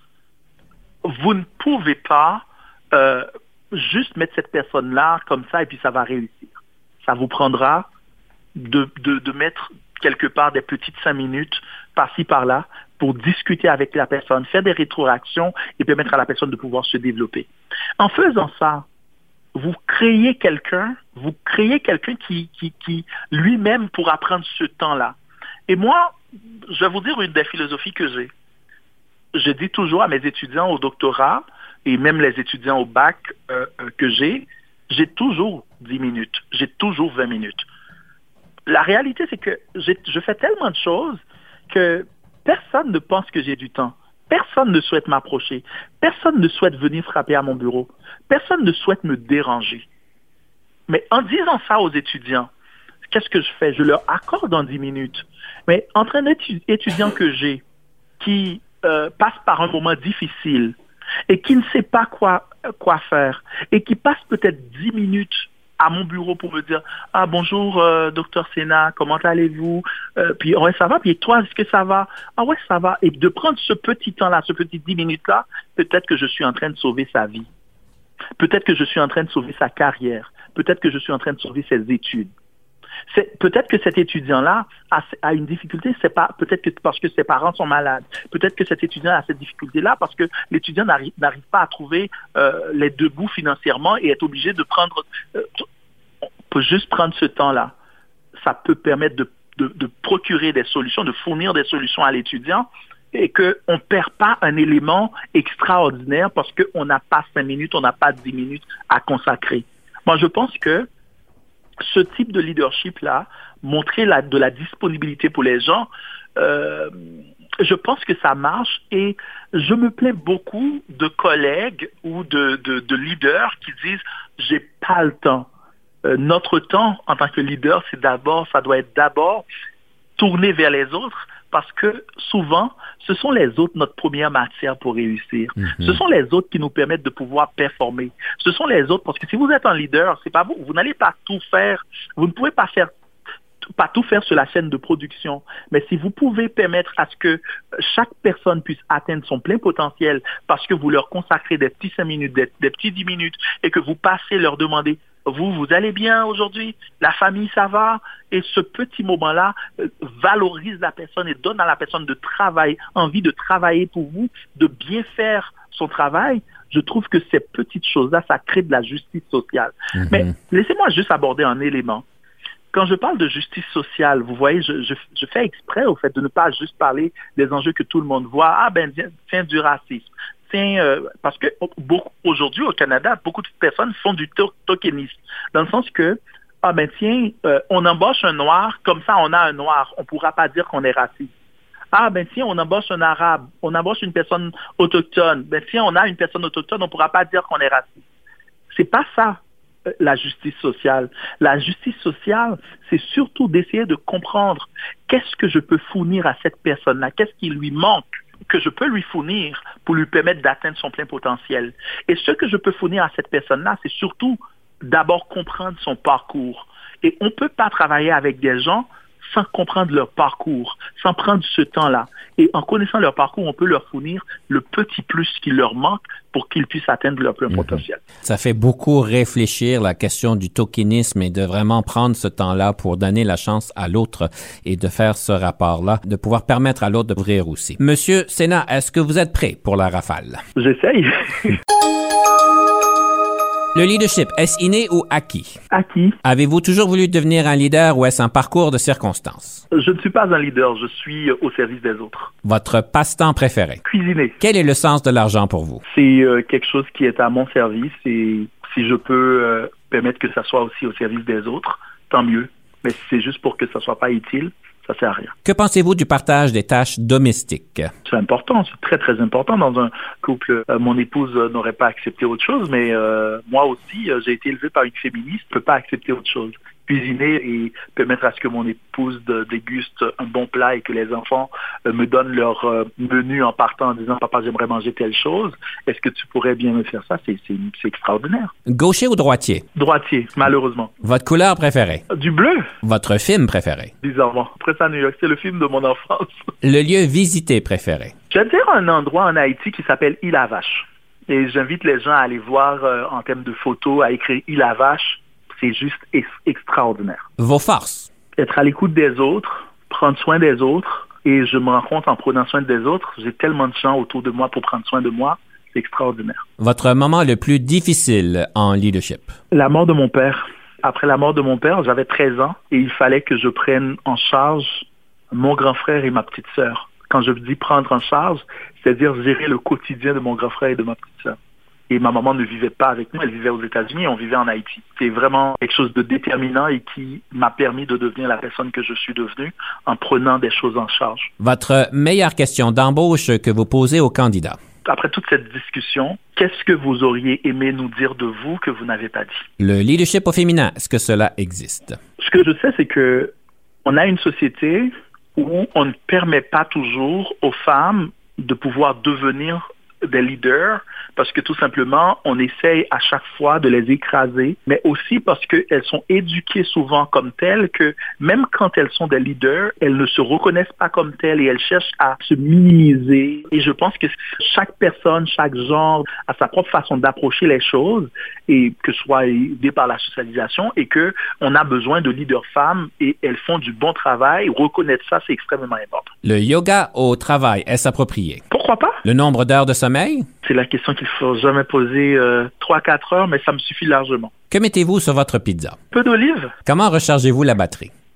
vous ne pouvez pas euh, juste mettre cette personne-là comme ça et puis ça va réussir. Ça vous prendra de, de, de mettre quelque part des petites cinq minutes par-ci, par-là pour discuter avec la personne, faire des rétroactions et permettre à la personne de pouvoir se développer. En faisant ça, vous créez quelqu'un, vous créez quelqu'un qui, qui, qui lui-même pourra prendre ce temps-là. Et moi, je vais vous dire une des philosophies que j'ai. Je dis toujours à mes étudiants au doctorat et même les étudiants au bac euh, que j'ai, j'ai toujours dix minutes, j'ai toujours vingt minutes. La réalité, c'est que j'ai, je fais tellement de choses que personne ne pense que j'ai du temps. Personne ne souhaite m'approcher. Personne ne souhaite venir frapper à mon bureau. Personne ne souhaite me déranger. Mais en disant ça aux étudiants, qu'est-ce que je fais? Je leur accorde en dix minutes. Mais entre un étudiant que j'ai qui euh, passe par un moment difficile et qui ne sait pas quoi, quoi faire et qui passe peut-être dix minutes à mon bureau pour me dire « Ah, bonjour, euh, docteur Sena, comment allez-vous? euh, » Puis « Ouais, ça va. Puis toi, est-ce que ça va? »« Ah ouais, ça va. » Et de prendre ce petit temps-là, ce petit dix minutes-là, peut-être que je suis en train de sauver sa vie. Peut-être que je suis en train de sauver sa carrière. Peut-être que je suis en train de sauver ses études. C'est, peut-être que cet étudiant-là a, a une difficulté, c'est pas, peut-être que parce que ses parents sont malades. Peut-être que cet étudiant a cette difficulté-là parce que l'étudiant n'arrive, n'arrive pas à trouver euh, les deux bouts financièrement et est obligé de prendre... Euh, on peut juste prendre ce temps-là. Ça peut permettre de, de, de procurer des solutions, de fournir des solutions à l'étudiant et qu'on ne perd pas un élément extraordinaire parce qu'on n'a pas cinq minutes, on n'a pas dix minutes à consacrer. Moi, je pense que ce type de leadership-là, montrer la, de la disponibilité pour les gens, euh, je pense que ça marche et je me plains beaucoup de collègues ou de, de, de leaders qui disent « j'ai pas le temps ». Euh, notre temps en tant que leader, c'est d'abord, ça doit être d'abord tourné vers les autres parce que souvent, ce sont les autres notre première matière pour réussir. Mm-hmm. Ce sont les autres qui nous permettent de pouvoir performer. Ce sont les autres parce que si vous êtes un leader, c'est pas vous, vous n'allez pas tout faire, vous ne pouvez pas faire pas tout faire sur la chaîne de production, mais si vous pouvez permettre à ce que chaque personne puisse atteindre son plein potentiel parce que vous leur consacrez des petits cinq minutes, des, des petits dix minutes et que vous passez leur demander vous, vous allez bien aujourd'hui? La famille, ça va? Et ce petit moment-là euh, valorise la personne et donne à la personne de travailler, envie de travailler pour vous, de bien faire son travail. Je trouve que ces petites choses-là, ça crée de la justice sociale. Mm-hmm. Mais laissez-moi juste aborder un élément. Quand je parle de justice sociale, vous voyez, je, je, je fais exprès au fait de ne pas juste parler des enjeux que tout le monde voit. Ah ben, tiens, du racisme. Tiens, euh, parce que beaucoup, aujourd'hui au Canada, beaucoup de personnes font du to- tokenisme. Dans le sens que, ah ben tiens, euh, on embauche un noir, comme ça on a un noir. On ne pourra pas dire qu'on est raciste. Ah ben tiens, on embauche un arabe, on embauche une personne autochtone. Ben tiens, on a une personne autochtone, on ne pourra pas dire qu'on est raciste. C'est pas ça. La justice sociale. La justice sociale, c'est surtout d'essayer de comprendre qu'est-ce que je peux fournir à cette personne-là, qu'est-ce qui lui manque, que je peux lui fournir pour lui permettre d'atteindre son plein potentiel. Et ce que je peux fournir à cette personne-là, c'est surtout d'abord comprendre son parcours. Et on ne peut pas travailler avec des gens sans comprendre leur parcours, sans prendre ce temps-là. Et en connaissant leur parcours, on peut leur fournir le petit plus qui leur manque pour qu'ils puissent atteindre leur plein mmh. potentiel. Ça fait beaucoup réfléchir la question du tokenisme et de vraiment prendre ce temps-là pour donner la chance à l'autre et de faire ce rapport-là, de pouvoir permettre à l'autre d'ouvrir aussi. Monsieur Sena, est-ce que vous êtes prêt pour la rafale? J'essaye. Le leadership, est-ce inné ou acquis? Acquis. Avez-vous toujours voulu devenir un leader ou est-ce un parcours de circonstances? Je ne suis pas un leader, je suis au service des autres. Votre passe-temps préféré? Cuisiner. Quel est le sens de l'argent pour vous? C'est euh, quelque chose qui est à mon service et si je peux euh, permettre que ça soit aussi au service des autres, tant mieux. Mais si c'est juste pour que ça soit pas utile, ça sert à rien. Que pensez-vous du partage des tâches domestiques? C'est important, c'est très très important dans un couple. Euh, mon épouse euh, n'aurait pas accepté autre chose, mais euh, moi aussi, euh, j'ai été élevé par une féministe, je ne peux pas accepter autre chose. Cuisiner et permettre à ce que mon épouse de, déguste un bon plat et que les enfants euh, me donnent leur euh, menu en partant en disant « Papa, j'aimerais manger telle chose. Est-ce que tu pourrais bien me faire ça? » C'est, c'est, c'est extraordinaire. Gaucher ou droitier? Droitier, malheureusement. Votre couleur préférée? Du bleu. Votre film préféré? Bizarrement. Après ça, New York, c'est le film de mon enfance. Le lieu visité préféré? Je vais dire un endroit en Haïti qui s'appelle Île à Vache. Et j'invite les gens à aller voir euh, en termes de photos, à écrire Île à Vache. C'est juste ex- extraordinaire. Vos forces? Être à l'écoute des autres, prendre soin des autres. Et je me rends compte en prenant soin des autres, j'ai tellement de gens autour de moi pour prendre soin de moi. C'est extraordinaire. Votre moment le plus difficile en leadership? La mort de mon père. Après la mort de mon père, j'avais treize ans et il fallait que je prenne en charge mon grand frère et ma petite sœur. Quand je dis prendre en charge, c'est-à-dire gérer le quotidien de mon grand frère et de ma petite sœur. Et ma maman ne vivait pas avec nous, elle vivait aux États-Unis et on vivait en Haïti. C'est vraiment quelque chose de déterminant et qui m'a permis de devenir la personne que je suis devenue en prenant des choses en charge. Votre meilleure question d'embauche que vous posez aux candidats? Après toute cette discussion, qu'est-ce que vous auriez aimé nous dire de vous que vous n'avez pas dit? Le leadership au féminin, est-ce que cela existe? Ce que je sais, c'est que on a une société où on ne permet pas toujours aux femmes de pouvoir devenir des leaders parce que tout simplement, on essaye à chaque fois de les écraser, mais aussi parce qu'elles sont éduquées souvent comme telles que même quand elles sont des leaders, elles ne se reconnaissent pas comme telles et elles cherchent à se minimiser. Et je pense que chaque personne, chaque genre a sa propre façon d'approcher les choses et que ce soit aidé par la socialisation et que on a besoin de leaders femmes et elles font du bon travail. Reconnaître ça, c'est extrêmement important. Le yoga au travail, est-ce approprié? Pourquoi pas? Le nombre d'heures de sommeil? C'est la question qu'il ne faut jamais poser euh, trois à quatre heures, mais ça me suffit largement. Que mettez-vous sur votre pizza? Peu d'olives. Comment rechargez-vous la batterie?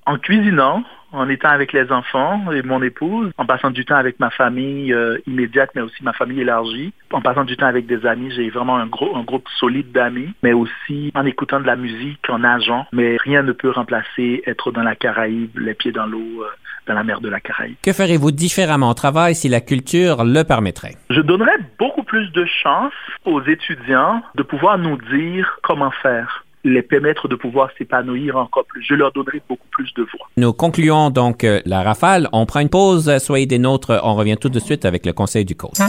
En cuisinant, en étant avec les enfants et mon épouse, en passant du temps avec ma famille euh, immédiate, mais aussi ma famille élargie, en passant du temps avec des amis. J'ai vraiment un, gros, un groupe solide d'amis, mais aussi en écoutant de la musique, en nageant. Mais rien ne peut remplacer être dans la Caraïbe, les pieds dans l'eau, euh, dans la mer de la Caraïbe. Que ferez-vous différemment au travail si la culture le permettrait? Je donnerais beaucoup plus de chance aux étudiants de pouvoir nous dire comment faire, les permettre de pouvoir s'épanouir encore plus. Je leur donnerai beaucoup plus de voix. Nous concluons donc euh, la rafale. On prend une pause. Soyez des nôtres. On revient tout de suite avec le conseil du coach.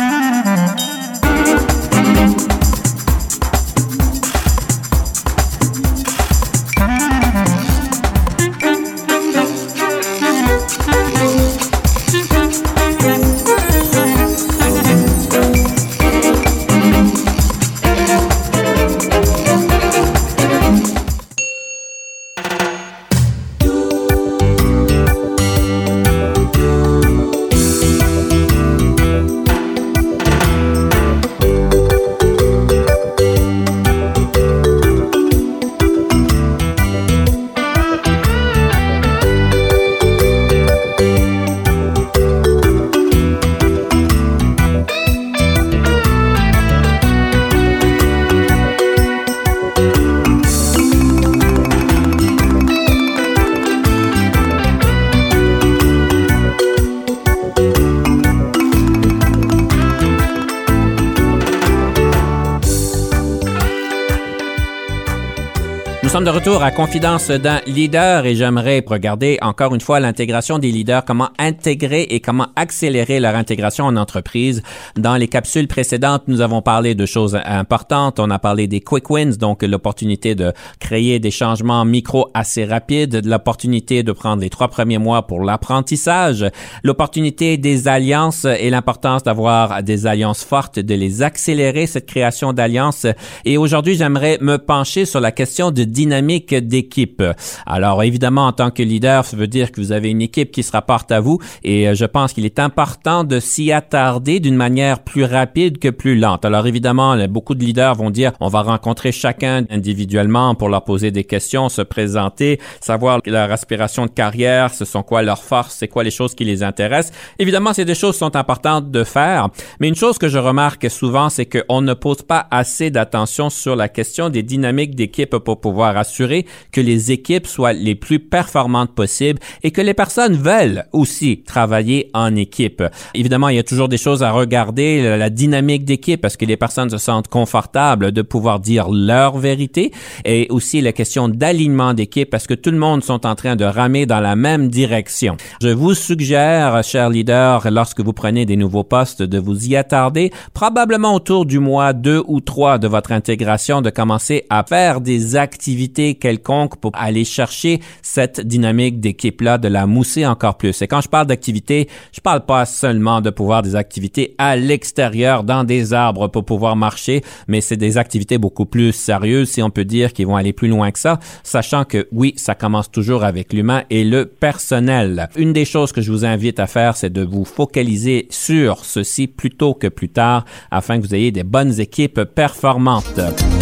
Nous sommes de retour à Confidence d'un leader et j'aimerais regarder encore une fois l'intégration des leaders, comment intégrer et comment accélérer leur intégration en entreprise. Dans les capsules précédentes, nous avons parlé de choses importantes. On a parlé des quick wins, donc l'opportunité de créer des changements micro assez rapides, de l'opportunité de prendre les trois premiers mois pour l'apprentissage, l'opportunité des alliances et l'importance d'avoir des alliances fortes, de les accélérer, cette création d'alliances. Et aujourd'hui, j'aimerais me pencher sur la question de dynamique d'équipe. Alors, évidemment, en tant que leader, ça veut dire que vous avez une équipe qui se rapporte à vous et je pense qu'il est important de s'y attarder d'une manière plus rapide que plus lente. Alors, évidemment, beaucoup de leaders vont dire on va rencontrer chacun individuellement pour leur poser des questions, se présenter, savoir leur aspiration de carrière, ce sont quoi leurs forces, c'est quoi les choses qui les intéressent. Évidemment, c'est des choses qui sont importantes de faire, mais une chose que je remarque souvent, c'est qu'on ne pose pas assez d'attention sur la question des dynamiques d'équipe pour pouvoir assurer que les équipes soient les plus performantes possibles et que les personnes veulent aussi travailler en équipe. Évidemment, il y a toujours des choses à regarder, la dynamique d'équipe, parce que les personnes se sentent confortables de pouvoir dire leur vérité, et aussi la question d'alignement d'équipe, parce que tout le monde sont en train de ramer dans la même direction. Je vous suggère, chers leaders, lorsque vous prenez des nouveaux postes, de vous y attarder, probablement autour du mois deux ou trois de votre intégration, de commencer à faire des activités quelconques pour aller chercher cette dynamique d'équipe-là, de la mousser encore plus. Et quand je parle d'activités, je parle pas seulement de pouvoir des activités à l'extérieur, dans des arbres pour pouvoir marcher, mais c'est des activités beaucoup plus sérieuses, si on peut dire, qui vont aller plus loin que ça, sachant que oui, ça commence toujours avec l'humain et le personnel. Une des choses que je vous invite à faire, c'est de vous focaliser sur ceci plus tôt que plus tard, afin que vous ayez des bonnes équipes performantes.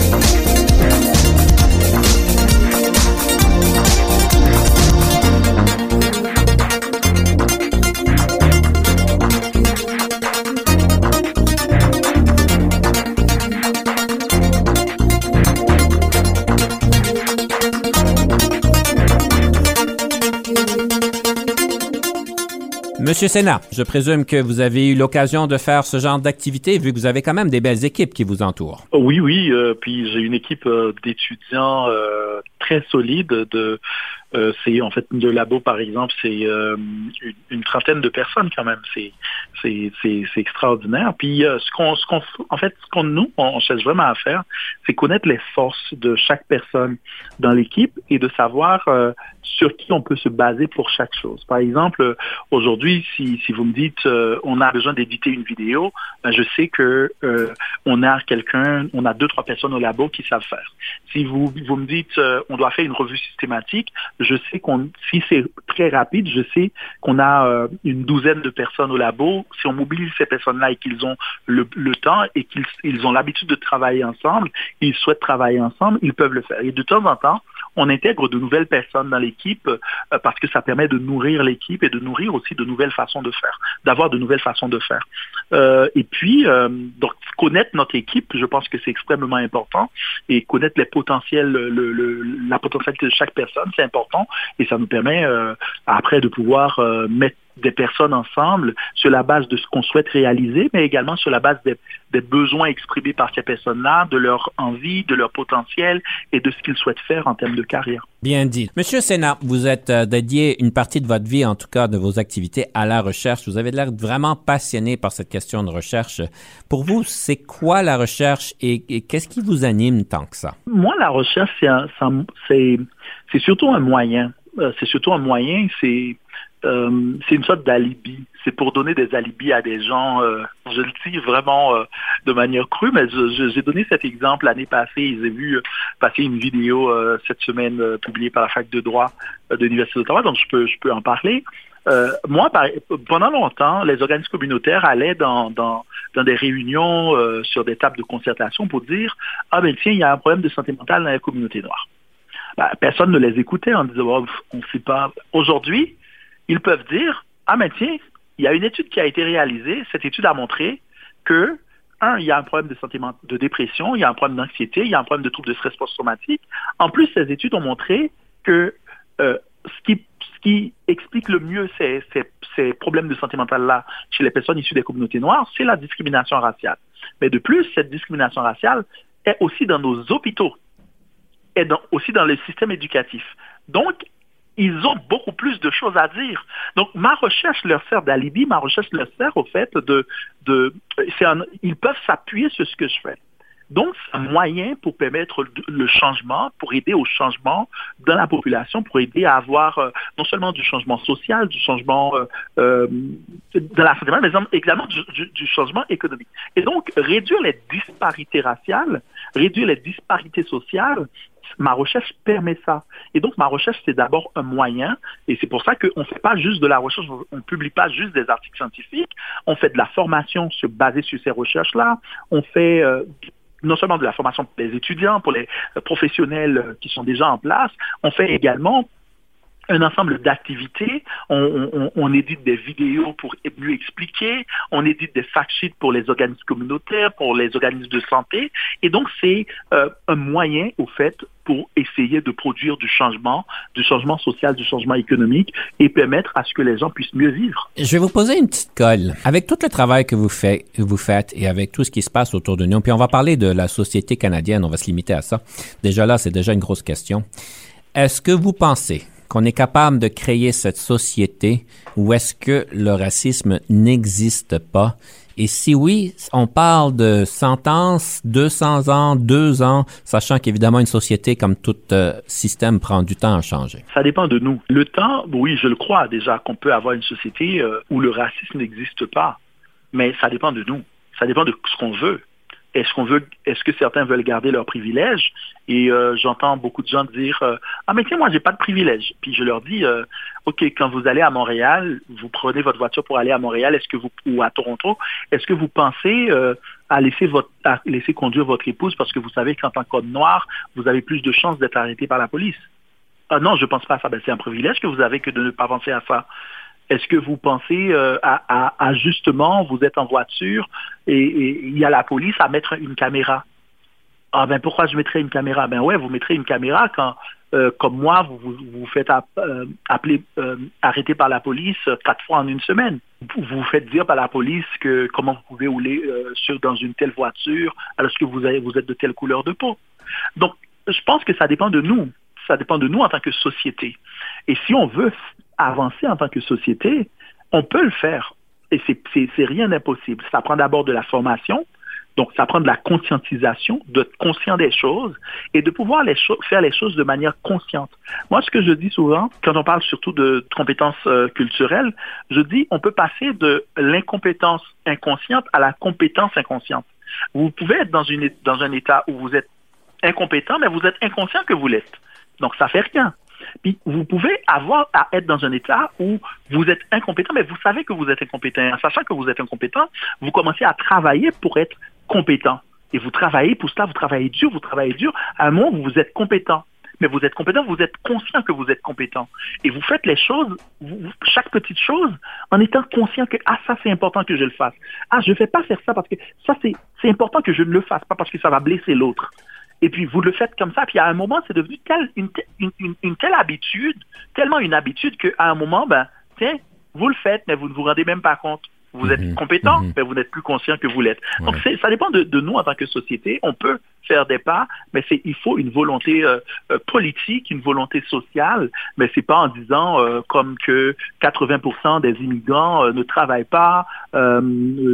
Monsieur Sénat, je présume que vous avez eu l'occasion de faire ce genre d'activité, vu que vous avez quand même des belles équipes qui vous entourent. Oui, oui. Euh, puis j'ai une équipe euh, d'étudiants euh, très solide. De, euh, c'est en fait de labo, par exemple, c'est euh, une, une trentaine de personnes quand même. C'est c'est c'est, c'est extraordinaire. Puis euh, ce qu'on ce qu'on en fait ce qu'on nous on cherche vraiment à faire, c'est connaître les forces de chaque personne dans l'équipe et de savoir euh, sur qui on peut se baser pour chaque chose. Par exemple, aujourd'hui, si, si vous me dites euh, on a besoin d'éditer une vidéo, ben je sais que euh, on a quelqu'un, on a deux, trois personnes au labo qui savent faire. Si vous, vous me dites euh, on doit faire une revue systématique, Je sais qu'on, si c'est très rapide, je sais qu'on a euh, une douzaine de personnes au labo. Si on mobilise ces personnes-là et qu'ils ont le, le temps et qu'ils ils ont l'habitude de travailler ensemble, ils souhaitent travailler ensemble, ils peuvent le faire. Et de temps en temps, on intègre de nouvelles personnes dans l'équipe euh, parce que ça permet de nourrir l'équipe et de nourrir aussi de nouvelles façons de faire, d'avoir de nouvelles façons de faire. Euh, et puis, euh, donc, connaître notre équipe, je pense que c'est extrêmement important. Et connaître les potentiels, le, le, la potentialité de chaque personne, c'est important. Et ça nous permet euh, après de pouvoir euh, mettre des personnes ensemble sur la base de ce qu'on souhaite réaliser, mais également sur la base des, des besoins exprimés par ces personnes-là, de leur envie, de leur potentiel et de ce qu'ils souhaitent faire en termes de carrière. Bien dit. Monsieur Sénat, vous êtes euh, dédié une partie de votre vie, en tout cas de vos activités, à la recherche. Vous avez l'air vraiment passionné par cette question de recherche. Pour vous, c'est quoi la recherche et, et qu'est-ce qui vous anime tant que ça? Moi, la recherche, c'est, un, c'est, c'est surtout un moyen. Euh, c'est surtout un moyen, c'est Euh, c'est une sorte d'alibi. C'est pour donner des alibis à des gens, euh, je le dis vraiment euh, de manière crue, mais je, je, j'ai donné cet exemple l'année passée. J'ai vu euh, passer une vidéo euh, cette semaine euh, publiée par la fac de droit euh, de l'Université d'Ottawa, donc je peux, je peux en parler. Euh, moi, par, pendant longtemps, les organismes communautaires allaient dans, dans, dans des réunions euh, sur des tables de concertation pour dire « Ah ben tiens, il y a un problème de santé mentale dans la communauté noire. » Ben, personne ne les écoutait en disant oh, « On ne sait pas. » Aujourd'hui, ils peuvent dire, ah mais tiens, il y a une étude qui a été réalisée, cette étude a montré que, un, il y a un problème de santé de dépression, il y a un problème d'anxiété, il y a un problème de troubles de stress post-traumatique. En plus, ces études ont montré que euh, ce, qui, ce qui explique le mieux ces, ces, ces problèmes de santé mentale-là chez les personnes issues des communautés noires, c'est la discrimination raciale. Mais de plus, cette discrimination raciale est aussi dans nos hôpitaux, est dans, aussi dans le système éducatif. Donc, ils ont beaucoup plus de choses à dire. Donc, ma recherche leur sert d'alibi, ma recherche leur sert au fait de... de c'est un, ils peuvent s'appuyer sur ce que je fais. Donc, c'est un moyen pour permettre le changement, pour aider au changement dans la population, pour aider à avoir euh, non seulement du changement social, du changement euh, euh, dans la santé, mais également du, du, du changement économique. Et donc, réduire les disparités raciales, réduire les disparités sociales, ma recherche permet ça. Et donc, ma recherche, c'est d'abord un moyen, et c'est pour ça qu'on ne fait pas juste de la recherche, on ne publie pas juste des articles scientifiques, on fait de la formation sur, basée sur ces recherches-là, on fait euh, non seulement de la formation pour les étudiants, pour les professionnels qui sont déjà en place, on fait également un ensemble d'activités, on, on, on édite des vidéos pour mieux expliquer, on édite des fact-sheets pour les organismes communautaires, pour les organismes de santé, et donc c'est euh, un moyen, au fait, pour essayer de produire du changement, du changement social, du changement économique, et permettre à ce que les gens puissent mieux vivre. Je vais vous poser une petite colle. Avec tout le travail que vous, fait, vous faites et avec tout ce qui se passe autour de nous, puis on va parler de la société canadienne, on va se limiter à ça. Déjà là, c'est déjà une grosse question. Est-ce que vous pensez qu'on est capable de créer cette société où est-ce que le racisme n'existe pas? Et si oui, on parle de sentence, deux cents ans, deux ans, sachant qu'évidemment une société comme tout euh, système prend du temps à changer. Ça dépend de nous. Le temps, oui, je le crois déjà qu'on peut avoir une société euh, où le racisme n'existe pas, mais ça dépend de nous. Ça dépend de ce qu'on veut. Est-ce qu'on veut, est-ce que certains veulent garder leurs privilèges? Et euh, j'entends beaucoup de gens dire euh, ah mais tiens, moi j'ai pas de privilèges. Puis je leur dis euh, ok, quand vous allez à Montréal, vous prenez votre voiture pour aller à Montréal, est-ce que vous ou à Toronto, est-ce que vous pensez euh, à laisser votre à laisser conduire votre épouse parce que vous savez qu'en tant qu'homme noir, vous avez plus de chances d'être arrêté par la police? Ah non, je pense pas à ça. Ben, c'est un privilège que vous avez que de ne pas penser à ça. Est-ce que vous pensez euh, à, à, à justement, vous êtes en voiture et il y a la police à mettre une caméra? Ah ben pourquoi je mettrais une caméra? Ben ouais, vous mettrez une caméra quand, euh, comme moi, vous vous, vous faites app, euh, appeler, euh, arrêter par la police quatre fois en une semaine. Vous vous faites dire par la police que comment vous pouvez rouler euh, sur, dans une telle voiture alors que vous, avez, vous êtes de telle couleur de peau. Donc, je pense que ça dépend de nous. Ça dépend de nous en tant que société. Et si on veut avancer en tant que société, on peut le faire. Et c'est, c'est, c'est rien d'impossible. Ça prend d'abord de la formation, donc ça prend de la conscientisation, d'être conscient des choses et de pouvoir les cho- faire les choses de manière consciente. Moi, ce que je dis souvent, quand on parle surtout de compétences euh, culturelles, je dis on peut passer de l'incompétence inconsciente à la compétence inconsciente. Vous pouvez être dans, une, dans un état où vous êtes incompétent, mais vous êtes inconscient que vous l'êtes. Donc, ça fait rien. Puis vous pouvez avoir à être dans un état où vous êtes incompétent, mais vous savez que vous êtes incompétent. En sachant que vous êtes incompétent, vous commencez à travailler pour être compétent. Et vous travaillez pour cela, vous travaillez dur, vous travaillez dur. À un moment, vous êtes compétent. Mais vous êtes compétent, vous êtes conscient que vous êtes compétent. Et vous faites les choses, vous, chaque petite chose, en étant conscient que, ah, ça, c'est important que je le fasse. Ah, je ne vais pas faire ça parce que ça, c'est, c'est important que je ne le fasse pas parce que ça va blesser l'autre. Et puis, vous le faites comme ça. Puis, à un moment, c'est devenu tel, une, une, une, une telle habitude, tellement une habitude qu'à un moment, ben, tiens, vous le faites, mais vous ne vous rendez même pas compte. Vous êtes mmh, compétent, mmh. mais vous n'êtes plus conscient que vous l'êtes. Ouais. Donc, c'est, ça dépend de, de nous en tant que société. On peut faire des pas, mais c'est, il faut une volonté euh, euh, politique, une volonté sociale, mais c'est pas en disant euh, comme que quatre-vingts pour cent des immigrants euh, ne travaillent pas, euh,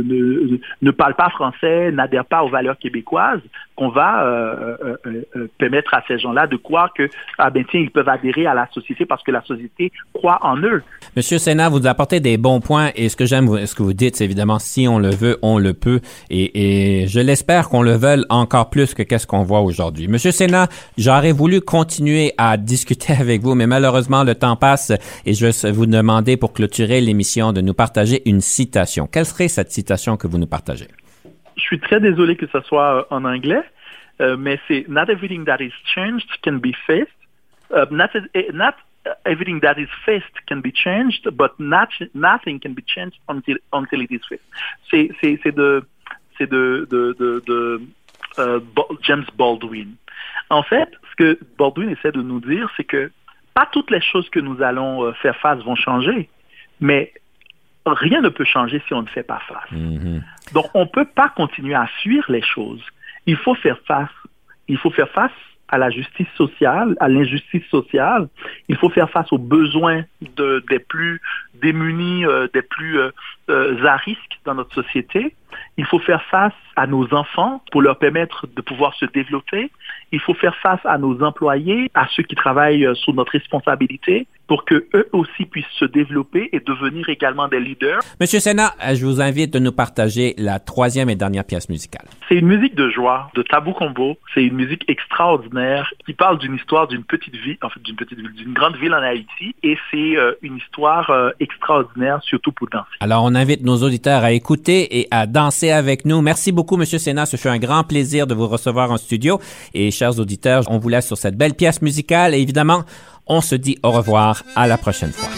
ne, ne parlent pas français, n'adhèrent pas aux valeurs québécoises, qu'on va euh, euh, euh, permettre à ces gens-là de croire que, ah ben tiens, ils peuvent adhérer à la société parce que la société croit en eux. Monsieur Sena, vous apportez des bons points et ce que j'aime, ce que vous dites, c'est évidemment, si on le veut, on le peut et, et je l'espère qu'on le veuille encore plus que qu'est-ce qu'on voit aujourd'hui. Monsieur Sena, j'aurais voulu continuer à discuter avec vous, mais malheureusement, le temps passe et je vais vous demander pour clôturer l'émission de nous partager une citation. Quelle serait cette citation que vous nous partagez? Je suis très désolé que ce soit en anglais, euh, mais c'est « Not everything that is changed can be faced. Uh, not, not everything that is faced can be changed, but not, nothing can be changed until, until it is faced. » C'est, c'est, c'est de, c'est de, de, de, de uh, James Baldwin. En fait, ce que Baldwin essaie de nous dire, c'est que pas toutes les choses que nous allons faire face vont changer, mais rien ne peut changer si on ne fait pas face. Mm-hmm. Donc, on ne peut pas continuer à fuir les choses. Il faut faire face. Il faut faire face à la justice sociale, à l'injustice sociale. Il faut faire face aux besoins de, des plus démunis, euh, des plus euh, euh, à risque dans notre société. Il faut faire face à nos enfants pour leur permettre de pouvoir se développer. Il faut faire face à nos employés, à ceux qui travaillent sous notre responsabilité, pour que eux aussi puissent se développer et devenir également des leaders. Monsieur Sena, je vous invite de nous partager la troisième et dernière pièce musicale. C'est une musique de joie, de Tabou Combo. C'est une musique extraordinaire qui parle d'une histoire d'une petite ville, en fait d'une petite ville, d'une grande ville en Haïti. Et c'est euh, une histoire euh, extraordinaire, surtout pour danser. Alors, on invite nos auditeurs à écouter et à danser avec nous. Merci beaucoup, Monsieur Sena. Ce fut un grand plaisir de vous recevoir en studio. Et chers auditeurs, on vous laisse sur cette belle pièce musicale. Et évidemment, on se dit au revoir, à la prochaine fois.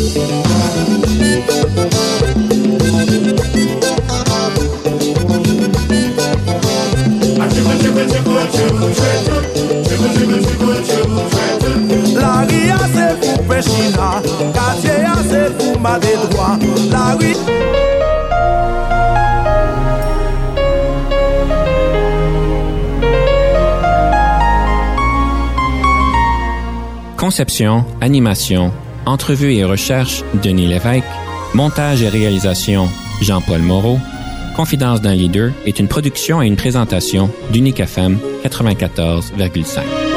La ria c'est pour Pechina, quartier c'est pour ma dédroit. La rue Conception, animation, entrevue et recherche, Denis Lévesque. Montage et réalisation, Jean-Paul Moreau. Confidence d'un leader est une production et une présentation d'Unique F M quatre-vingt-quatorze virgule cinq.